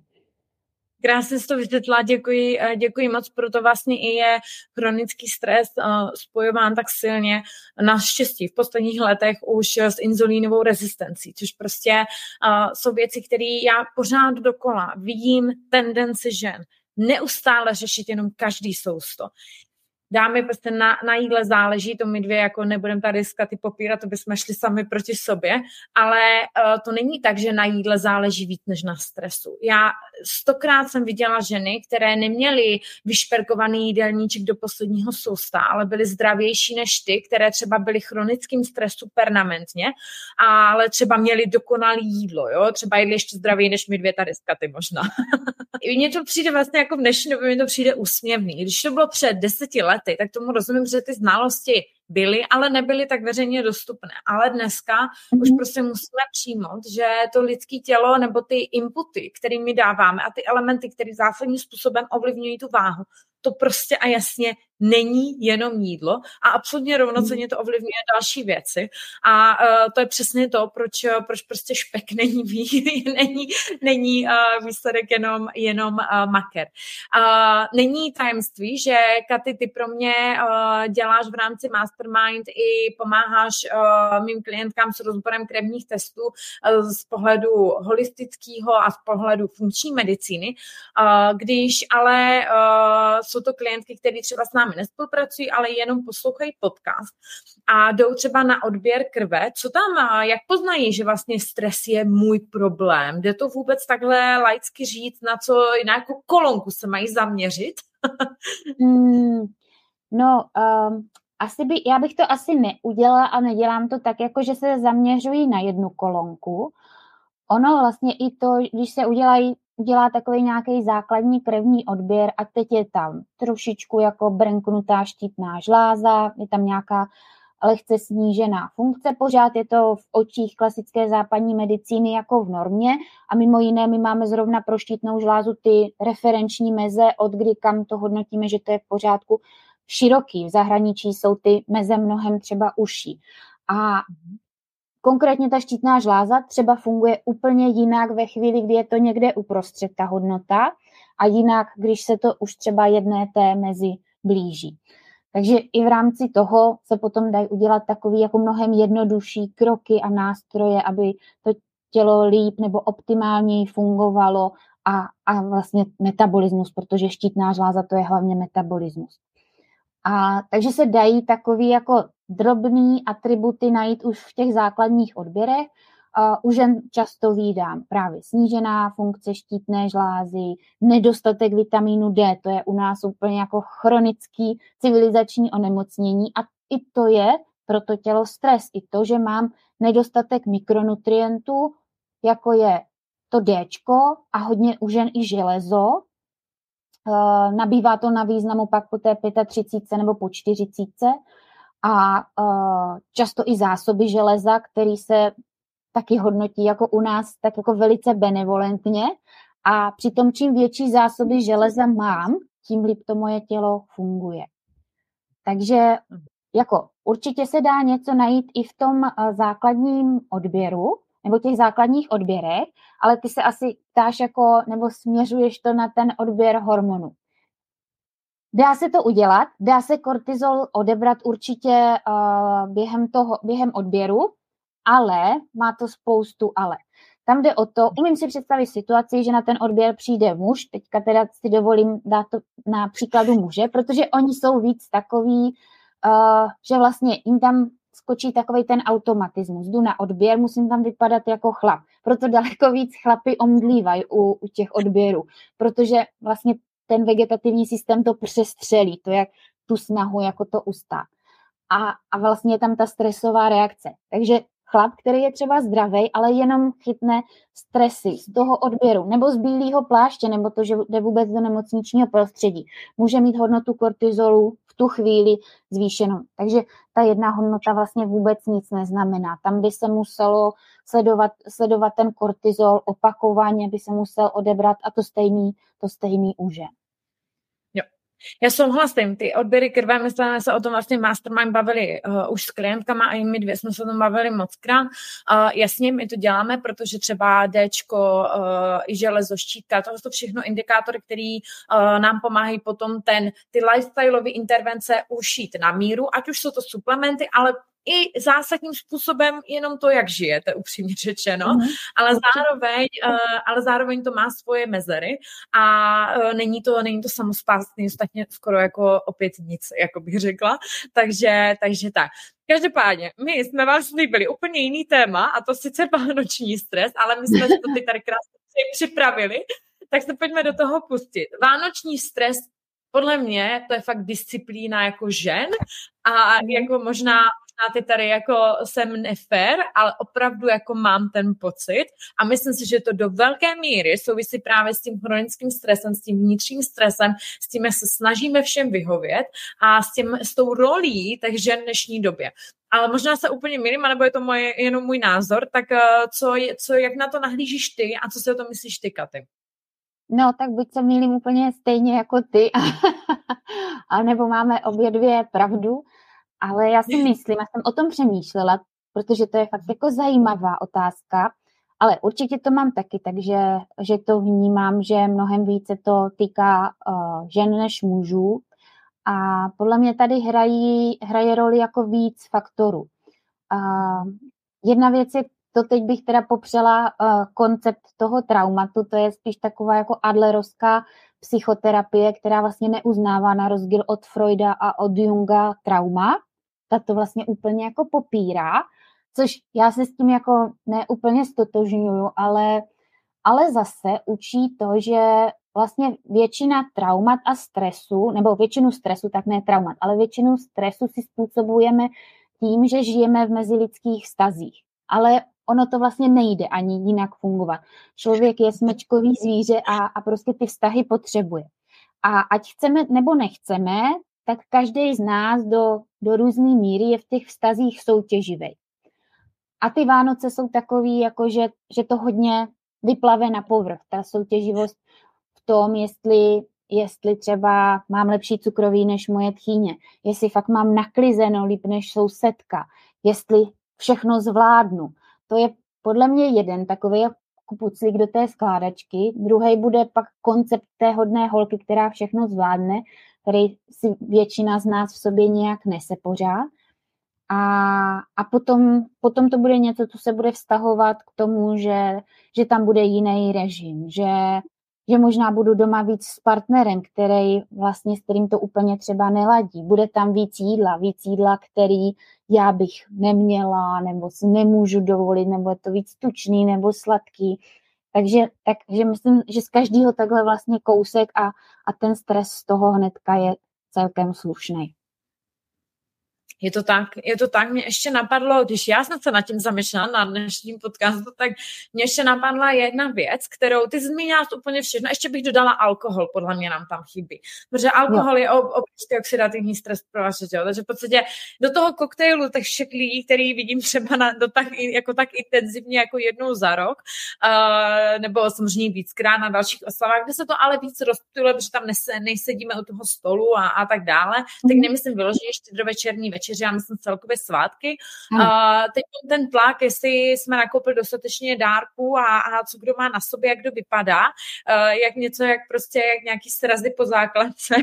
Krásně jsi to vysvětlila, děkuji, děkuji moc, proto vlastně i je chronický stres spojován tak silně naštěstí v posledních letech už s inzulínovou rezistencí, což prostě jsou věci, které já pořád dokola vidím tendenci žen neustále řešit jenom každý sousto. Dámy, prostě na, na jídle záleží, to my dvě jako nebudeme tady skaty popírat, to bychom šli sami proti sobě, ale uh, to není tak, že na jídle záleží víc než na stresu. Já stokrát jsem viděla ženy, které neměly vyšperkovaný jídelníček do posledního sousta, ale byly zdravější než ty, které třeba byly chronickým stresu permanentně, ale třeba měly dokonalé jídlo, jo? Třeba jedli ještě zdravěji než my dvě tady skaty možná. Mně to přijde vlastně jako v dnešní době, mi to přijde úsměvný. Když to bylo před deseti lety, tak tomu rozumím, že ty znalosti byly, ale nebyly tak veřejně dostupné. Ale dneska mm-hmm. už prostě musíme přijmout, že to lidské tělo nebo ty inputy, které my dáváme a ty elementy, které zásadním způsobem ovlivňují tu váhu, to prostě a jasně není jenom jídlo a absolutně rovnocenně to ovlivňuje další věci. A uh, to je přesně to, proč, proč prostě špek není, není, není uh, výsledek jenom, jenom uh, maker. Uh, není tajemství, že Katy, ty pro mě uh, děláš v rámci Mastermind i pomáháš uh, mým klientkám s rozborem krevních testů uh, z pohledu holistického a z pohledu funkční medicíny. Uh, když ale uh, jsou to klientky, které třeba s námi nespolupracují, ale jenom poslouchají podcast a jdou třeba na odběr krve. Co tam, jak poznají, že vlastně stres je můj problém? Jde to vůbec takhle laicky říct, na co, na jakou kolonku se mají zaměřit? mm, no, um, asi by, já bych to asi neudělala a nedělám to tak, jako že se zaměřují na jednu kolonku. Ono vlastně i to, když se udělají udělá takový nějaký základní krevní odběr a teď je tam trošičku jako brnknutá štítná žláza, je tam nějaká lehce snížená funkce, pořád je to v očích klasické západní medicíny jako v normě a mimo jiné my máme zrovna pro štítnou žlázu ty referenční meze, od kdy kam to hodnotíme, že to je v pořádku, široký. V zahraničí jsou ty meze mnohem třeba užší. A konkrétně ta štítná žláza třeba funguje úplně jinak ve chvíli, kdy je to někde uprostřed ta hodnota a jinak, když se to už třeba jedné té mezi blíží. Takže i v rámci toho se potom dají udělat takový jako mnohem jednodušší kroky a nástroje, aby to tělo líp nebo optimálněji fungovalo a, a vlastně metabolismus, protože štítná žláza to je hlavně metabolismus. A takže se dají takový jako drobný atributy najít už v těch základních odběrech. Uh, už jen často vídám právě snížená funkce štítné žlázy, nedostatek vitamínu D, to je u nás úplně jako chronický civilizační onemocnění a i to je pro to tělo stres. I to, že mám nedostatek mikronutrientů, jako je to Dčko a hodně u žen i železo. Uh, nabývá to na významu pak po té třicítce pěti nebo po čtyřicítce a uh, často i zásoby železa, který se taky hodnotí jako u nás tak jako velice benevolentně a přitom čím větší zásoby železa mám, tím líp to moje tělo funguje. Takže jako určitě se dá něco najít i v tom uh, základním odběru, nebo těch základních odběrech, ale ty se asi ptáš jako, nebo směřuješ to na ten odběr hormonů. Dá se to udělat, dá se kortizol odebrat určitě uh, během, toho, během odběru, ale má to spoustu ale. Tam jde o to, umím si představit situaci, že na ten odběr přijde muž, teďka teda si dovolím dát to na příkladu muže, protože oni jsou víc takový, uh, že vlastně jim tam skočí takovej ten automatismus. Jdu na odběr, musím tam vypadat jako chlap. Proto daleko víc chlapy omdlívají u, u těch odběrů, protože vlastně ten vegetativní systém to přestřelí. To, jak tu snahu jako to ustát. A, a vlastně je tam ta stresová reakce. Takže chlap, který je třeba zdravý, ale jenom chytne stresy z toho odběru, nebo z bílého pláště, nebo to, že jde vůbec do nemocničního prostředí, může mít hodnotu kortizolu v tu chvíli zvýšenou. Takže ta jedna hodnota vlastně vůbec nic neznamená. Tam by se muselo sledovat, sledovat ten kortizol opakovaně, by se musel odebrat a to stejný, to stejný u žen. Já souhlasím, ty odběry krve, my jsme se o tom vlastně mastermind bavili uh, už s klientkama a i my dvě jsme se o tom bavili mockrát. Uh, jasně, my to děláme, protože třeba Dčko, uh, i železo, štítka, to jsou všechno indikátory, které uh, nám pomáhají potom ten, ty lifestyleové intervence ušít na míru, ať už jsou to suplementy, ale i zásadním způsobem jenom to, jak žijete, upřímně řečeno, mm-hmm. ale, zároveň, uh, ale zároveň to má svoje mezery a uh, není to, není to samospásný, ostatně skoro jako opět nic, jako bych řekla, takže, takže tak. Každopádně, my jsme vám slíbili úplně jiný téma a to sice vánoční stres, ale my jsme si to tady krásně připravili, tak se pojďme do toho pustit. Vánoční stres, podle mě, to je fakt disciplína jako žen a jako možná ty tady jako jsem nefér, ale opravdu jako mám ten pocit a myslím si, že to do velké míry souvisí právě s tím chronickým stresem, s tím vnitřním stresem, s tím, jak se snažíme všem vyhovět a s, tím, s tou rolí těch žen v dnešní době. Ale možná se úplně mýlím, nebo je to moje, jenom můj názor, tak co, co, jak na to nahlížíš ty a co si o tom myslíš ty, Katy? No, tak buď se mýlím úplně stejně jako ty, a nebo máme obě dvě pravdu. Ale já si myslím, já jsem o tom přemýšlela, protože to je fakt jako zajímavá otázka, ale určitě to mám taky, takže že to vnímám, že mnohem více to týká uh, žen než mužů a podle mě tady hrají, hraje roli jako víc faktorů. Uh, jedna věc je, to teď bych teda popřela uh, koncept toho traumatu, to je spíš taková jako adlerovská psychoterapie, která vlastně neuznává na rozdíl od Freuda a od Junga trauma. Ta to vlastně úplně jako popírá, což já se s tím jako neúplně stotožňuju, ale, ale zase učí to, že vlastně většina traumat a stresu, nebo většinu stresu, tak ne traumat, ale většinu stresu si způsobujeme tím, že žijeme v mezilidských vztazích. Ale ono to vlastně nejde ani jinak fungovat. Člověk je smečkový zvíře a, a prostě ty vztahy potřebuje. A ať chceme nebo nechceme, tak každý z nás do, do různé míry je v těch vztazích soutěživý. A ty Vánoce jsou takový, jako že, že to hodně vyplave na povrch. Ta soutěživost v tom, jestli, jestli třeba mám lepší cukroví než moje tchýně, jestli fakt mám naklizeno líp než sousedka, jestli všechno zvládnu. To je podle mě jeden takový puclík do té skládačky. Druhý bude pak koncept té hodné holky, která všechno zvládne, který si většina z nás v sobě nějak nese pořád. A, a potom, potom to bude něco, co se bude vztahovat k tomu, že, že tam bude jiný režim, že, že možná budu doma víc s partnerem, který vlastně, s kterým to úplně třeba neladí. Bude tam víc jídla, víc jídla, který já bych neměla, nebo si nemůžu dovolit, nebo je to víc tučný, nebo sladký. Takže, takže myslím, že z každého takhle vlastně kousek a, a ten stres z toho hnedka je celkem slušný. Je to tak, je to tak, mě ještě napadlo, když já jsem se nad tím zamýšlela na dnešním podcastu, tak mě ještě napadla jedna věc, kterou ty zmínila úplně všechno, ještě bych dodala alkohol, podle mě nám tam chybí, protože alkohol no. je obrovský oxidativní stres pro vaše tělo, takže v podstatě do toho koktejlu těch všech lidí, který vidím třeba na, do tak, jako tak intenzivně jako jednou za rok, uh, nebo samozřejmě víckrát na dalších oslavách, kde se to ale víc rozptyluje, protože tam nese, nejsedíme u toho stolu a, a tak dále, mm. tak nemyslím vyloženě štědrovečerní večer, já myslím celkově svátky. Hmm. Uh, teď ten tlak, jestli jsme nakoupili dostatečně dárků a, a co kdo má na sobě, jak kdo vypadá, uh, jak něco, jak prostě jak nějaký srazy po základce.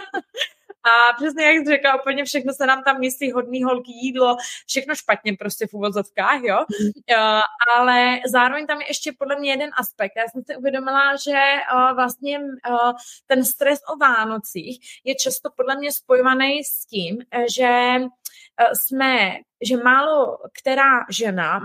A přesně jak jsi řekla, úplně všechno se nám tam myslí, hodný holky, jídlo, všechno špatně prostě v uvozovkách, jo. Mm. Uh, ale zároveň tam je ještě podle mě jeden aspekt. Já jsem si uvědomila, že uh, vlastně uh, ten stres o Vánocích je často podle mě spojovaný s tím, že uh, jsme, že málo která žena má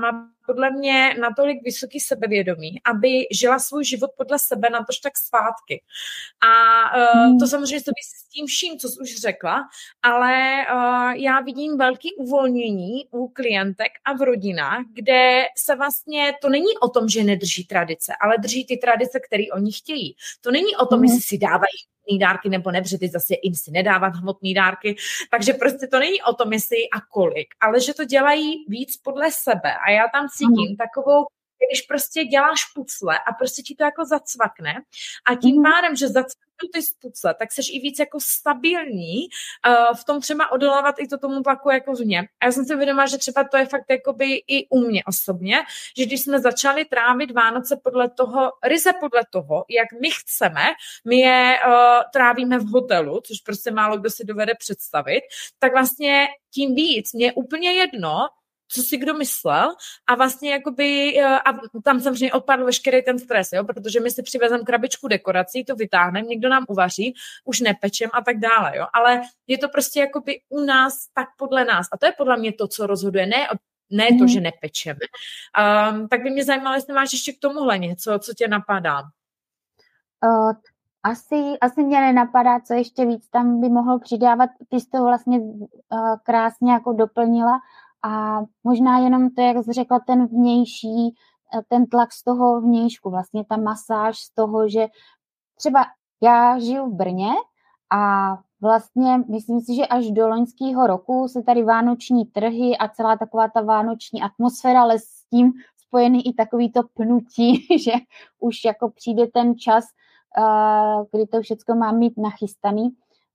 podle mě natolik vysoký sebevědomí, aby žila svůj život podle sebe, natož tak svátky. A uh, to samozřejmě souvisí s tím vším, co jsi už řekla, ale uh, já vidím velký uvolnění u klientek a v rodinách, kde se vlastně, to není o tom, že nedrží tradice, ale drží ty tradice, které oni chtějí. To není o tom, mm. jestli si dávají hmotný dárky nebo ne, protože ty zase jim si nedávat hmotný dárky, takže prostě to není o tom, jestli a kolik, ale že to dělají víc podle sebe a já tam cítím mm. takovou, když prostě děláš pucle a prostě ti to jako zacvakne a tím pádem, že zacvaknou ty pucle, tak seš i víc jako stabilní uh, v tom třeba odolávat i to tomu tlaku jako v ně. A já jsem si vědomá, že třeba to je fakt jakoby i u mě osobně, že když jsme začali trávit Vánoce podle toho, ryze podle toho, jak my chceme, my je uh, trávíme v hotelu, což prostě málo kdo si dovede představit, tak vlastně tím víc mě je úplně jedno, co si kdo myslel a vlastně jakoby, a tam samozřejmě odpadl veškerý ten stres, jo, protože my si přivezeme krabičku dekorací, to vytáhneme, někdo nám uvaří, už nepečem a tak dále, jo, ale je to prostě jakoby u nás tak podle nás a to je podle mě to, co rozhoduje, ne, ne to, že nepečeme. Um, tak by mě zajímalo, jestli máš ještě k tomuhle něco, co tě napadá. Uh, asi, asi mě nenapadá, co ještě víc tam by mohlo přidávat, ty jsi to vlastně uh, krásně jako doplnila. A možná jenom to, jak jsi řekla, ten vnější, ten tlak z toho vnějšku, vlastně ta masáž z toho, že třeba já žiju v Brně a vlastně myslím si, že až do loňského roku se tady vánoční trhy a celá taková ta vánoční atmosféra, ale s tím spojený i takový to pnutí, že už jako přijde ten čas, kdy to všechno má mít nachystaný,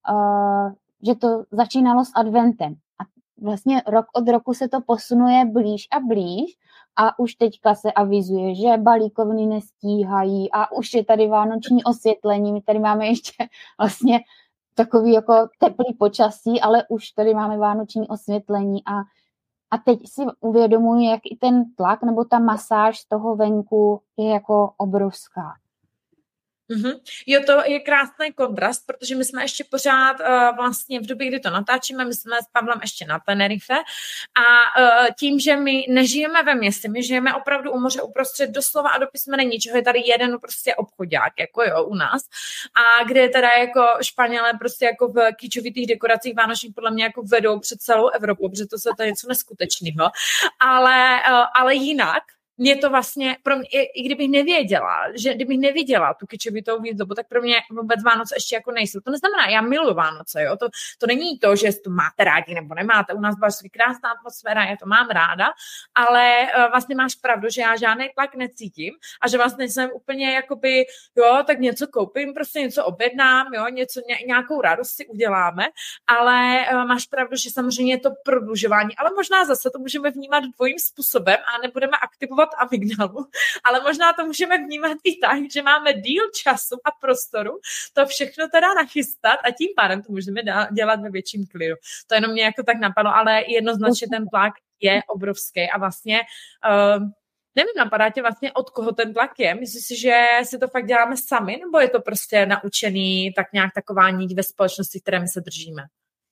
že to začínalo s adventem. Vlastně rok od roku se to posunuje blíž a blíž a už teďka se avizuje, že balíkovny nestíhají a už je tady vánoční osvětlení. My tady máme ještě vlastně takový jako teplý počasí, ale už tady máme vánoční osvětlení a, a teď si uvědomuji, jak i ten tlak nebo ta masáž z toho venku je jako obrovská. Mm-hmm. Jo, to je krásný kontrast, protože my jsme ještě pořád uh, vlastně v době, kdy to natáčíme, my jsme s Pavlem ještě na Tenerife a uh, tím, že my nežijeme ve městě, my žijeme opravdu u moře uprostřed doslova a do písmene ničeho, je tady jeden prostě obchodák, jako jo, u nás a kde teda jako Španělé prostě jako v kýčovitých dekoracích vánočních podle mě jako vedou před celou Evropu, protože to se to je něco neskutečného, ale, uh, ale jinak mě to vlastně, pro mě, i, i kdybych nevěděla, že kdybych neviděla tu kyčovitou výzdobu, tak pro mě vůbec Vánoce ještě jako nejsou. To neznamená, já miluji Vánoce, jo? To, to není to, že to máte rádi nebo nemáte. U nás byla krásná atmosféra, já to mám ráda, ale uh, vlastně máš pravdu, že já žádný tlak necítím a že vlastně jsem úplně jakoby, jo, tak něco koupím, prostě něco objednám, jo, něco, ně, nějakou radost si uděláme, ale uh, máš pravdu, že samozřejmě je to prodlužování, ale možná zase to můžeme vnímat dvojím způsobem a nebudeme aktivovat amygdalu, ale možná to můžeme vnímat i tak, že máme díl času a prostoru to všechno teda nachystat a tím pádem to můžeme dělat ve větším klidu. To jenom mě jako tak napadlo, ale jednoznačně ten tlak je obrovský a vlastně uh, nevím, napadá tě vlastně, od koho ten tlak je? Myslíš si, že si to fakt děláme sami, nebo je to prostě naučený tak nějak taková niť ve společnosti, které my se držíme?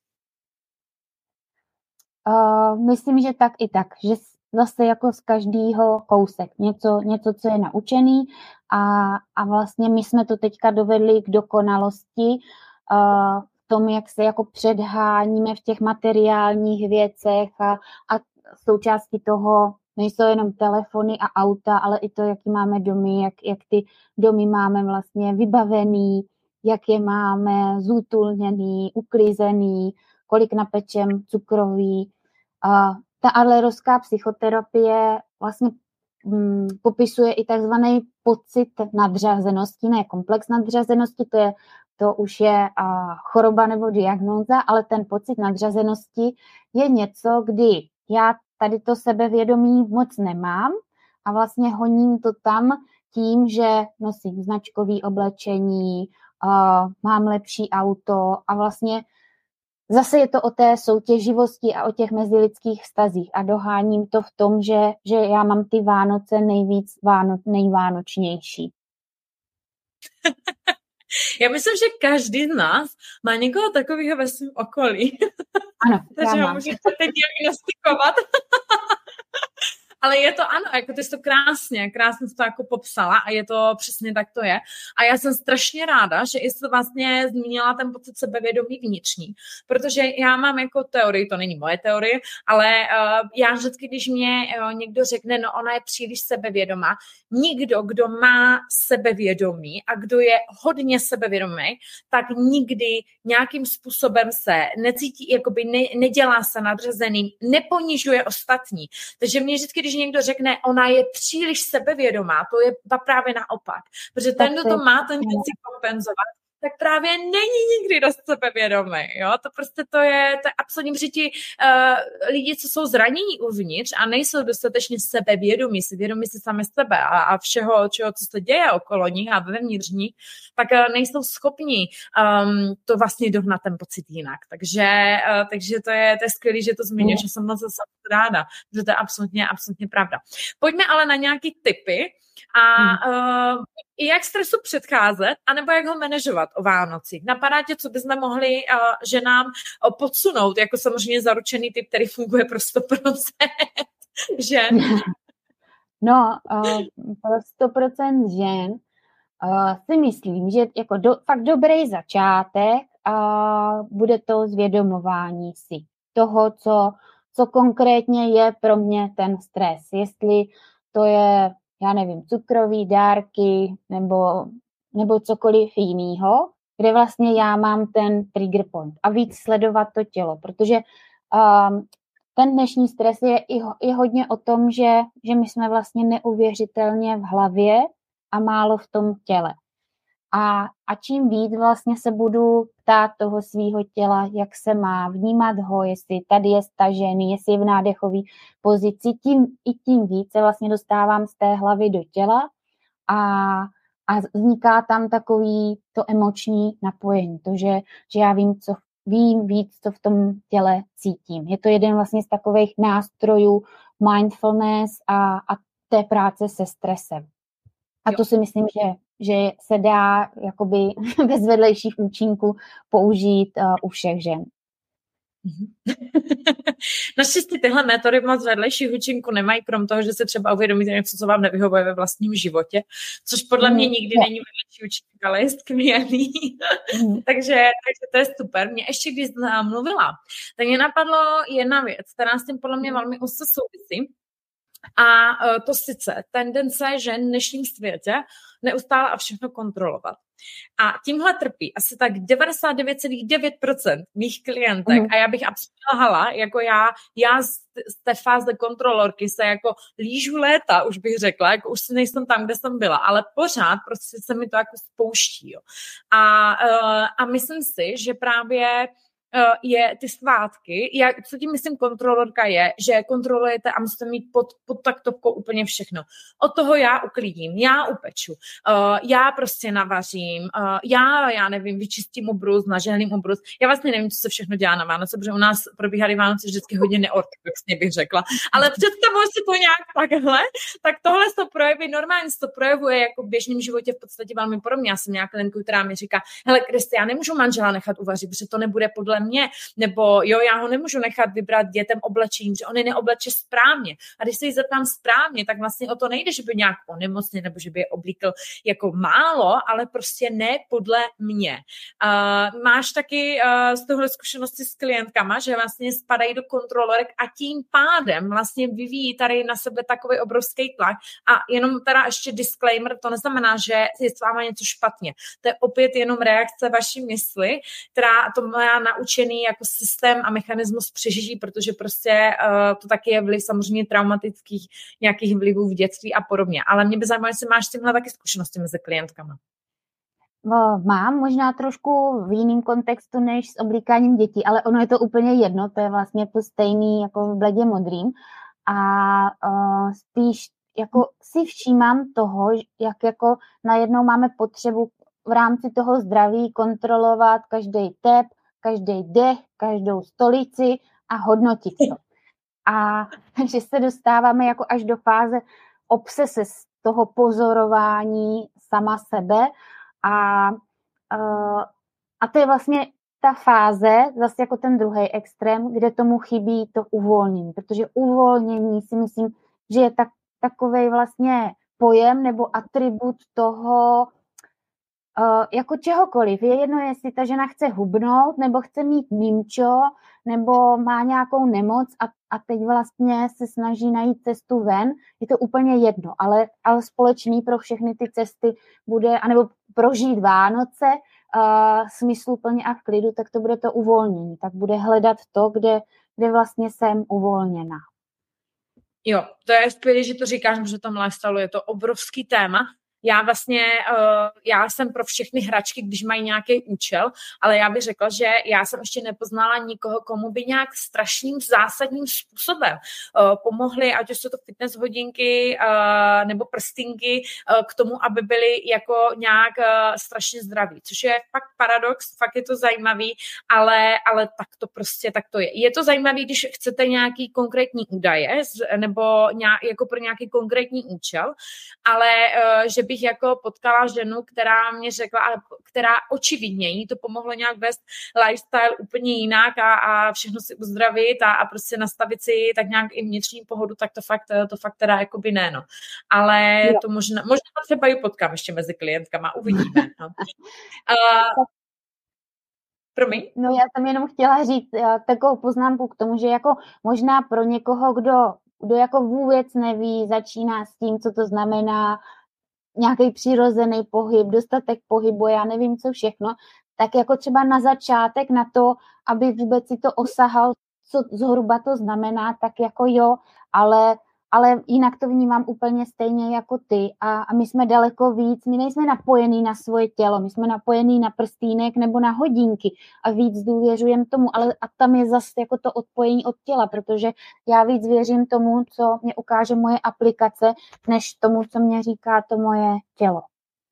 Uh, myslím, že tak i tak, že zase jako z každého kousek. Něco, něco, co je naučený a, a vlastně my jsme to teďka dovedli k dokonalosti uh, v tom, jak se jako předháníme v těch materiálních věcech a, a součástí toho nejsou jenom telefony a auta, ale i to, jaký máme domy, jak, jak ty domy máme vlastně vybavený, jak je máme zútulněný, uklizený, kolik napečem cukroví. Uh, Ta adlerovská psychoterapie vlastně mm, popisuje i takzvaný pocit nadřazenosti, ne komplex nadřazenosti, to, je, to už je a, choroba nebo diagnóza, ale ten pocit nadřazenosti je něco, kdy já tady to sebevědomí moc nemám a vlastně honím to tam tím, že nosím značkový oblečení, a, mám lepší auto a vlastně zase je to o té soutěživosti a o těch mezilidských vztazích a doháním to v tom, že, že já mám ty Vánoce nejvíc váno, nejvánočnější. Já myslím, že každý z nás má někoho takového ve svém okolí. Ano, takže ho můžete teď diagnostikovat. ale je to ano, jako ty jsi to krásně, krásně jsi to jako popsala a je to přesně tak to je. A já jsem strašně ráda, že jsi vlastně zmínila ten pocit sebevědomí vnitřní, protože já mám jako teorii, to není moje teorie, ale uh, já vždycky, když mě uh, někdo řekne, no ona je příliš sebevědomá, nikdo, kdo má sebevědomí a kdo je hodně sebevědomý, tak nikdy nějakým způsobem se necítí, jakoby ne, nedělá se nadřazeným, neponižuje ostatní. Takže mě vždycky, když někdo řekne, ona je příliš sebevědomá, to je právě naopak. Protože ten, kdo to má tendenci kompenzovat, tak právě není nikdy dost sebevědomý. Jo? To prostě to je, to je absolutní, protože ti uh, lidi, co jsou zranění uvnitř a nejsou dostatečně sebevědomí, si vědomí si sami sebe a, a všeho, čeho, co se děje okolo nich a vevnitř nich, tak uh, nejsou schopni um, to vlastně dohnat ten pocit jinak. Takže, uh, takže to je, to je skvělé, že to zmiňuješ, že jsem moc ráda, že to je absolutně, absolutně pravda. Pojďme ale na nějaký tipy, a uh, jak stresu předcházet, anebo jak ho manažovat o Vánocích. Napadá tě, co bychom mohli uh, ženám uh, podsunout, jako samozřejmě zaručený typ, který funguje pro sto procent žen? No, uh, pro sto procent žen uh, si myslím, že jako do, fakt dobrý začátek uh, bude to zvědomování si toho, co, co konkrétně je pro mě ten stres. Jestli to je, já nevím, cukroví dárky nebo, nebo cokoliv jiného, kde vlastně já mám ten trigger point a víc sledovat to tělo, protože um, ten dnešní stres je i, i hodně o tom, že, že my jsme vlastně neuvěřitelně v hlavě a málo v tom těle. A, a čím víc vlastně se budu ptát toho svýho těla, jak se má, vnímat ho, jestli tady je stažený, jestli je v nádechové pozici, tím i tím víc se vlastně dostávám z té hlavy do těla a, a vzniká tam takový to emoční napojení, to, že, že já vím, co vím víc, co v tom těle cítím. Je to jeden vlastně z takových nástrojů mindfulness a, a té práce se stresem. A to si myslím, že, že se dá jakoby bez vedlejších účinků použít uh, u všech žen. Naštěstí tyhle metody moc vedlejších účinků nemají, krom toho, že se třeba uvědomíte něco, co vám nevyhovuje ve vlastním životě, což podle mě nikdy mm, není vedlejší účinek, ale je skvělý. Mm. takže, takže to je super. Mě ještě když mluvila, tak mě napadlo jedna věc, která s tím podle mě velmi úzce souvisí. A to sice tendence žen v dnešním světě neustále a všechno kontrolovat. A tímhle trpí asi tak devadesát devět celá devět procent mých klientek. Mm. A já bych absolutně lhala, jako já, já z, z té fáze kontrolorky se jako lížu léta, už bych řekla, jako už si nejsem tam, kde jsem byla, ale pořád prostě se mi to jako spouští. Jo. A, a myslím si, že právě je ty svátky, jak, co tím myslím kontrolorka je, že kontrolujete a musíte mít pod, pod taktovkou úplně všechno. Od toho já uklidím, já upeču, uh, já prostě navařím, uh, já, já nevím, vyčistím obrus, nažehlím obrus. Já vlastně nevím, co se všechno dělá na Vánoce, protože u nás probíhaly Vánoce vždycky hodně neortodoxně, bych řekla. Ale představuji si to nějak takhle, tak tohle se to projeví, normálně se to projevuje jako v běžném životě v podstatě velmi podobně. Já jsem nějaká klientku, která mi říká, hele, Kristi, já nemůžu manžela nechat uvařit, protože to nebude podle mě, nebo jo, já ho nemůžu nechat vybrat dětem oblečení, že on je neobleče správně. A když se jí zeptám správně, tak vlastně o to nejde, že by nějak onemocněl, nebo že by je oblíkl jako málo, ale prostě ne podle mě. Uh, máš taky uh, z tohle zkušenosti s klientkama, že vlastně spadají do kontrolorek a tím pádem vlastně vyvíjí tady na sebe takový obrovský tlak. A jenom teda ještě disclaimer, to neznamená, že je s váma něco špatně. To je opět jenom reakce vaší mysli, která to má naučený jako systém a mechanismus přežití, protože prostě uh, to taky je vliv samozřejmě traumatických nějakých vlivů v dětství a podobně. Ale mě by zajímalo, jestli máš s tímhle taky zkušenosti mezi klientkama. Mám možná trošku v jiném kontextu než s oblíkáním dětí, ale ono je to úplně jedno, to je vlastně to stejný jako v bledě modrým a uh, spíš jako si všímám toho, jak jako najednou máme potřebu v rámci toho zdraví kontrolovat každý tep, každý dech, každou stolici a hodnotit to. A že se dostáváme jako až do fáze obsese z toho pozorování sama sebe a, uh, a to je vlastně ta fáze, zase jako ten druhý extrém, kde tomu chybí to uvolnění, protože uvolnění si myslím že je tak, takovej vlastně pojem nebo atribut toho, uh, jako čehokoliv. Je jedno, jestli ta žena chce hubnout, nebo chce mít mimčo, nebo má nějakou nemoc a, a teď vlastně se snaží najít cestu ven. Je to úplně jedno, ale, ale společný pro všechny ty cesty bude, anebo prožít Vánoce uh, smysluplně a v klidu, tak to bude to uvolnění. Tak bude hledat to, kde, kde vlastně jsem uvolněná. Jo, to je skvělé, že to říkáš, že tam lifestyle je to obrovský téma. Já vlastně, uh, já jsem pro všechny hračky, když mají nějaký účel, ale já bych řekla, že já jsem ještě nepoznala nikoho, komu by nějak strašným zásadním způsobem uh, pomohly, ať už jsou to fitness hodinky uh, nebo prstinky uh, k tomu, aby byly jako nějak uh, strašně zdraví, což je fakt paradox, fakt je to zajímavý, ale, ale tak to prostě, tak to je. Je to zajímavý, když chcete nějaký konkrétní údaje nebo nějak, jako pro nějaký konkrétní účel, ale uh, že bych jako potkala ženu, která mě řekla, která očividně jí to pomohlo nějak vést lifestyle úplně jinak a, a všechno si uzdravit a, a prostě nastavit si tak nějak i vnitřní pohodu, tak to fakt, to fakt teda jakoby ne, no. Ale jo. to možná, možná třeba ji potkám ještě mezi klientkama, uvidíme, no. Uh, promiň? No já jsem jenom chtěla říct uh, takovou poznámku k tomu, že jako možná pro někoho, kdo, kdo jako vůbec neví, začíná s tím, co to znamená nějaký přirozený pohyb, dostatek pohybu, já nevím, co všechno, tak jako třeba na začátek na to, aby vůbec si to osahal, co zhruba to znamená, tak jako jo, ale, ale jinak to vnímám úplně stejně jako ty a, a my jsme daleko víc, my nejsme napojení na svoje tělo, my jsme napojení na prstínek nebo na hodinky a víc důvěřujeme tomu, ale a tam je zase jako to odpojení od těla, protože já víc věřím tomu, co mě ukáže moje aplikace, než tomu, co mě říká to moje tělo.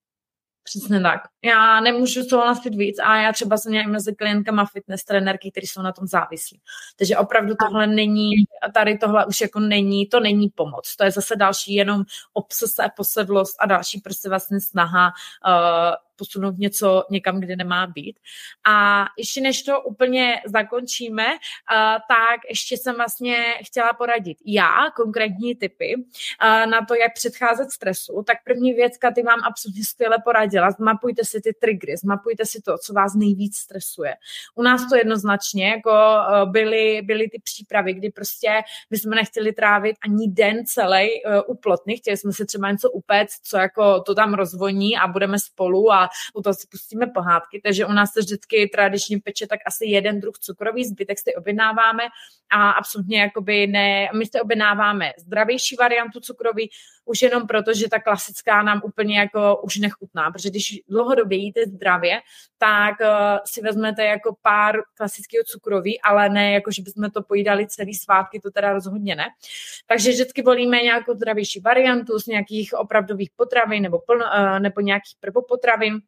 Přesně tak. Já nemůžu souhlasit víc a já třeba jsem nějak mezi klientkama fitness trenérky, kteří jsou na tom závislí. Takže opravdu tohle není, tady tohle už jako není, to není pomoc. To je zase další jenom obsese, posedlost a další prostě vlastně snaha uh, posunout něco někam, kde nemá být. A ještě než to úplně zakončíme, uh, tak ještě jsem vlastně chtěla poradit já konkrétní tipy uh, na to, jak předcházet stresu. Tak první věcka, ty vám absolutně skvěle poradila. Zmapujte si ty triggery, zmapujte si to, co vás nejvíc stresuje. U nás to jednoznačně jako uh, byly, byly ty přípravy, kdy prostě my jsme nechtěli trávit ani den celý uh, u plotny, chtěli jsme si třeba něco upéct, co jako to tam rozvoní a budeme spolu a u toho si pustíme pohádky, takže u nás se vždycky tradičně peče tak asi jeden druh cukrový, zbytek si objednáváme a absolutně jakoby ne, my si objednáváme zdravější variantu cukrový, už jenom proto, že ta klasická nám úplně jako už nechutná, protože když dlouhodobě jíte zdravě, tak uh, si vezmete jako pár klasického cukroví, ale ne jako, že bychom to pojídali celý svátky, to teda rozhodně ne. Takže vždycky volíme nějakou zdravější variantu z nějakých opravdových potravin nebo, plno, uh, nebo nějakých prvopotravin.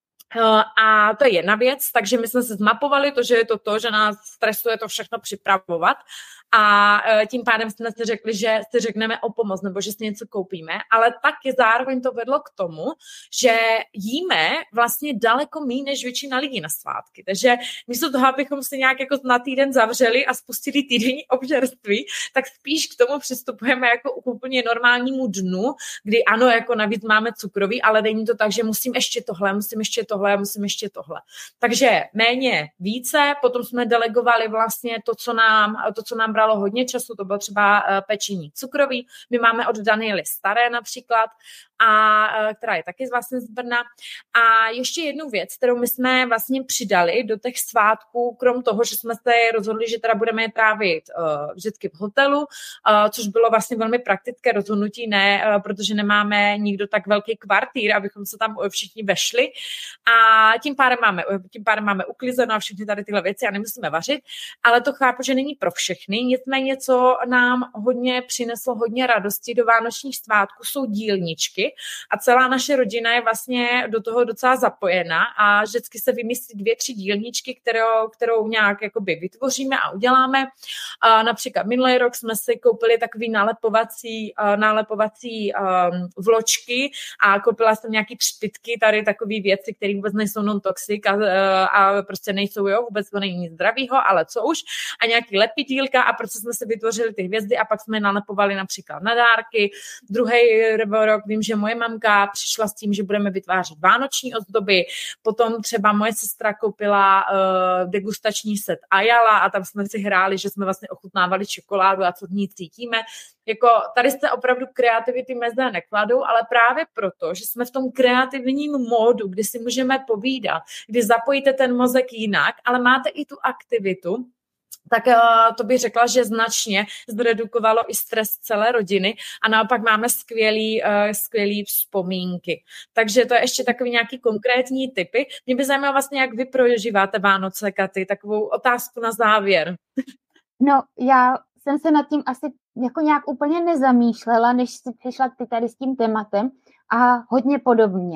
Uh, a to je jedna věc, takže my jsme se zmapovali to, že je to to, že nás stresuje to všechno připravovat a uh, tím pádem jsme si řekli, že si řekneme o pomoc nebo že si něco koupíme, ale taky zároveň to vedlo k tomu, že jíme vlastně daleko méně než většina lidí na svátky, takže místo toho, abychom si nějak jako na týden zavřeli a spustili týdenní obžerství, tak spíš k tomu přistupujeme jako k úplně normálnímu dnu, kdy ano, jako navíc máme cukroví, ale není to tak, že musím ještě tohle, musím ještě tohle, musím ještě tohle. Takže méně více, potom jsme delegovali vlastně to, co nám, to, co nám bralo hodně času, to bylo třeba pečení cukroví. My máme od Daniely Staré například, a která je taky vlastně z Brna. A ještě jednu věc, kterou my jsme vlastně přidali do těch svátků, krom toho, že jsme se rozhodli, že teda budeme je trávit uh, vždycky v hotelu, uh, což bylo vlastně velmi praktické rozhodnutí, ne, uh, protože nemáme nikdo tak velký kvartír, abychom se tam všichni vešli. A tím pádem máme, tím pádem máme uklizeno a všechny tady tyhle věci a nemusíme vařit, ale to chápu, že není pro všechny. Nicméně, co nám hodně přineslo hodně radosti do vánočních svátků, jsou dílničky a celá naše rodina je vlastně do toho docela zapojena a vždycky se vymyslí dvě, tři dílničky, kterou, kterou nějak jakoby vytvoříme a uděláme. A například minulý rok jsme si koupili takový nálepovací, nálepovací um, vločky a koupila jsem nějaký třpytky, tady takový věci, které vůbec nejsou non-toxic a, a prostě nejsou, jo, vůbec to není nic zdravýho, ale co už, a nějaký lepidílka a prostě jsme si vytvořili ty hvězdy a pak jsme je nalepovali například na dárky. Druhý rok vím, že moje mamka přišla s tím, že budeme vytvářet vánoční ozdoby, potom třeba moje sestra koupila uh, degustační set Ayala a tam jsme si hráli, že jsme vlastně ochutnávali čokoládu a co v ní cítíme. Jako tady jste opravdu kreativity meze nekladou, ale právě proto, že jsme v tom kreativním módu, kdy si můžeme povídat, kdy zapojíte ten mozek jinak, ale máte i tu aktivitu, tak uh, to bych řekla, že značně zredukovalo i stres celé rodiny a naopak máme skvělý, uh, skvělý vzpomínky. Takže to je ještě takový nějaký konkrétní tipy. Mě by zajímalo vlastně, jak vy prožíváte Vánoce, Katy, takovou otázku na závěr. No, já jsem se nad tím asi jako nějak úplně nezamýšlela, než si přišla ty tady s tím tématem a hodně podobně.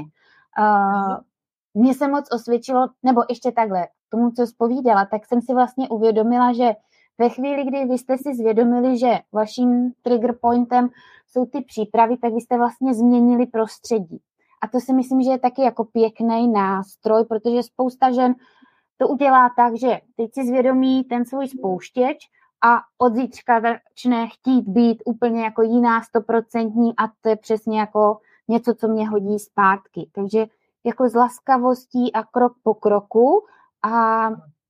Uh, mně se moc osvědčilo, nebo ještě takhle, tomu, co zpovídala, tak jsem si vlastně uvědomila, že ve chvíli, kdy vy jste si zvědomili, že vaším trigger pointem jsou ty přípravy, tak vy jste vlastně změnili prostředí. A to si myslím, že je taky jako pěkný nástroj, protože spousta žen to udělá tak, že teď si zvědomí ten svůj spouštěč a od zítřka začne chtít být úplně jako jiná stoprocentní a to je přesně jako něco, co mě hodí zpátky. Takže jako s laskavostí a krok po kroku a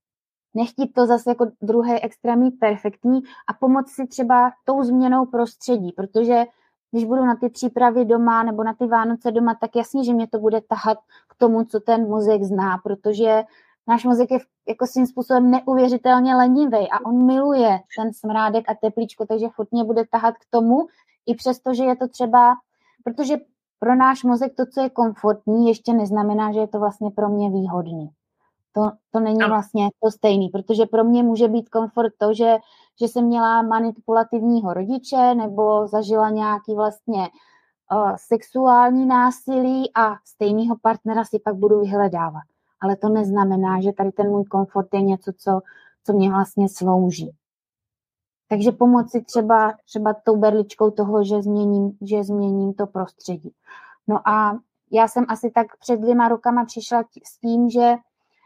nechtít to zase jako druhé extrém mít perfektní a pomoct si třeba tou změnou prostředí, protože když budu na ty přípravy doma nebo na ty Vánoce doma, tak jasně, že mě to bude tahat k tomu, co ten mozek zná, protože náš mozek je jako svým způsobem neuvěřitelně lenivý a on miluje ten smrádek a teplíčko, takže furt mě bude tahat k tomu, i přesto, že je to třeba, protože pro náš mozek to, co je komfortní, ještě neznamená, že je to vlastně pro mě výhodný. To, to není vlastně to stejný, protože pro mě může být komfort to, že, že jsem měla manipulativního rodiče nebo zažila nějaký vlastně uh, sexuální násilí a stejného partnera si pak budu vyhledávat. Ale to neznamená, že tady ten můj komfort je něco, co, co mě vlastně slouží. Takže pomoci třeba, třeba tou berličkou toho, že změním, že změním to prostředí. No a já jsem asi tak před dvěma rokama přišla s tím, že,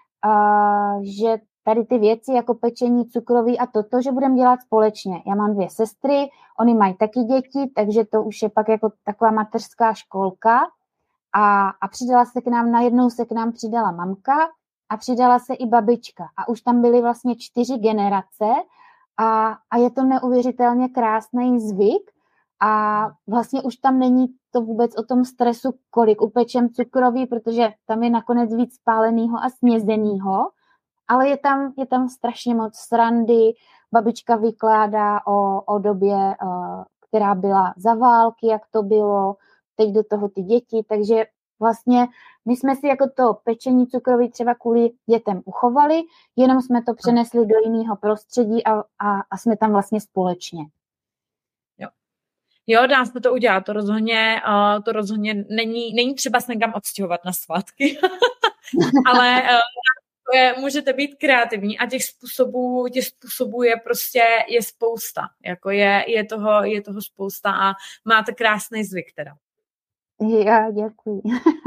uh, že tady ty věci jako pečení cukroví a toto, že budeme dělat společně. Já mám dvě sestry, oni mají taky děti, takže to už je pak jako taková mateřská školka. A, a přidala se k nám, najednou se k nám přidala mamka a přidala se i babička. A už tam byly vlastně čtyři generace a, a je to neuvěřitelně krásný zvyk a vlastně už tam není to vůbec o tom stresu, kolik upečem cukroví, protože tam je nakonec víc spálenýho a snězeného, ale je tam, je tam strašně moc srandy. Babička vykládá o, o době, která byla za války, jak to bylo, teď do toho ty děti, takže vlastně my jsme si jako to pečení cukroví třeba kvůli dětem uchovali, jenom jsme to přenesli do jiného prostředí a, a, a jsme tam vlastně společně. Jo, jo, dá se to udělat, to rozhodně, uh, to rozhodně není, není třeba se někam odstěhovat na svátky, ale uh, je, můžete být kreativní a těch způsobů, těch způsobů je prostě je spousta, jako je, je, toho, je toho spousta a máte krásný zvyk teda. Já děkuji.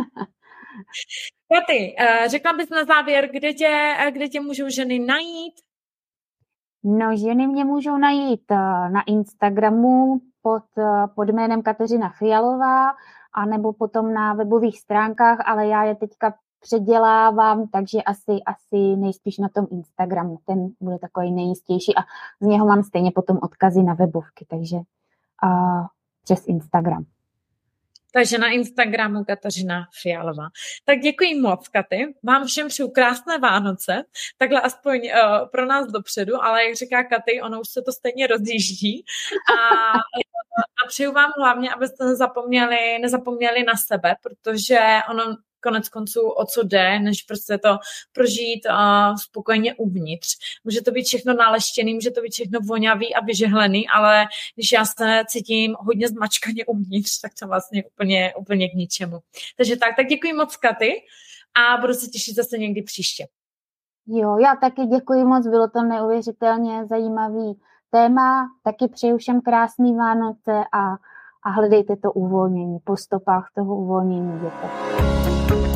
Katy, řekla bys na závěr, kde tě, kde tě můžou ženy najít? No, ženy mě můžou najít na Instagramu pod, pod jménem Kateřina Fialová a nebo potom na webových stránkách, ale já je teďka předělávám, takže asi, asi nejspíš na tom Instagramu. Ten bude takový nejistější a z něho mám stejně potom odkazy na webovky, takže uh, přes Instagram. Takže na Instagramu Kateřina Fialová. Tak děkuji moc, Katy. Vám všem přeju krásné Vánoce, takhle aspoň uh, pro nás dopředu, ale jak říká Katy, ono už se to stejně rozjíždí. A, a přeju vám hlavně, abyste nezapomněli, nezapomněli na sebe, protože ono konec konců o co jde, než prostě to prožít uh, spokojně uvnitř. Může to být všechno naleštěný, může to být všechno vonavý a vyžehlený, ale když já se cítím hodně zmačkaně uvnitř, tak to vlastně úplně, úplně k ničemu. Takže tak, tak děkuji moc, Katy, a budu se těšit zase někdy příště. Jo, já taky děkuji moc, bylo to neuvěřitelně zajímavý téma, taky přeju všem krásný Vánoce a, a hledejte to uvolnění, po stopách toho uvolnění jděte.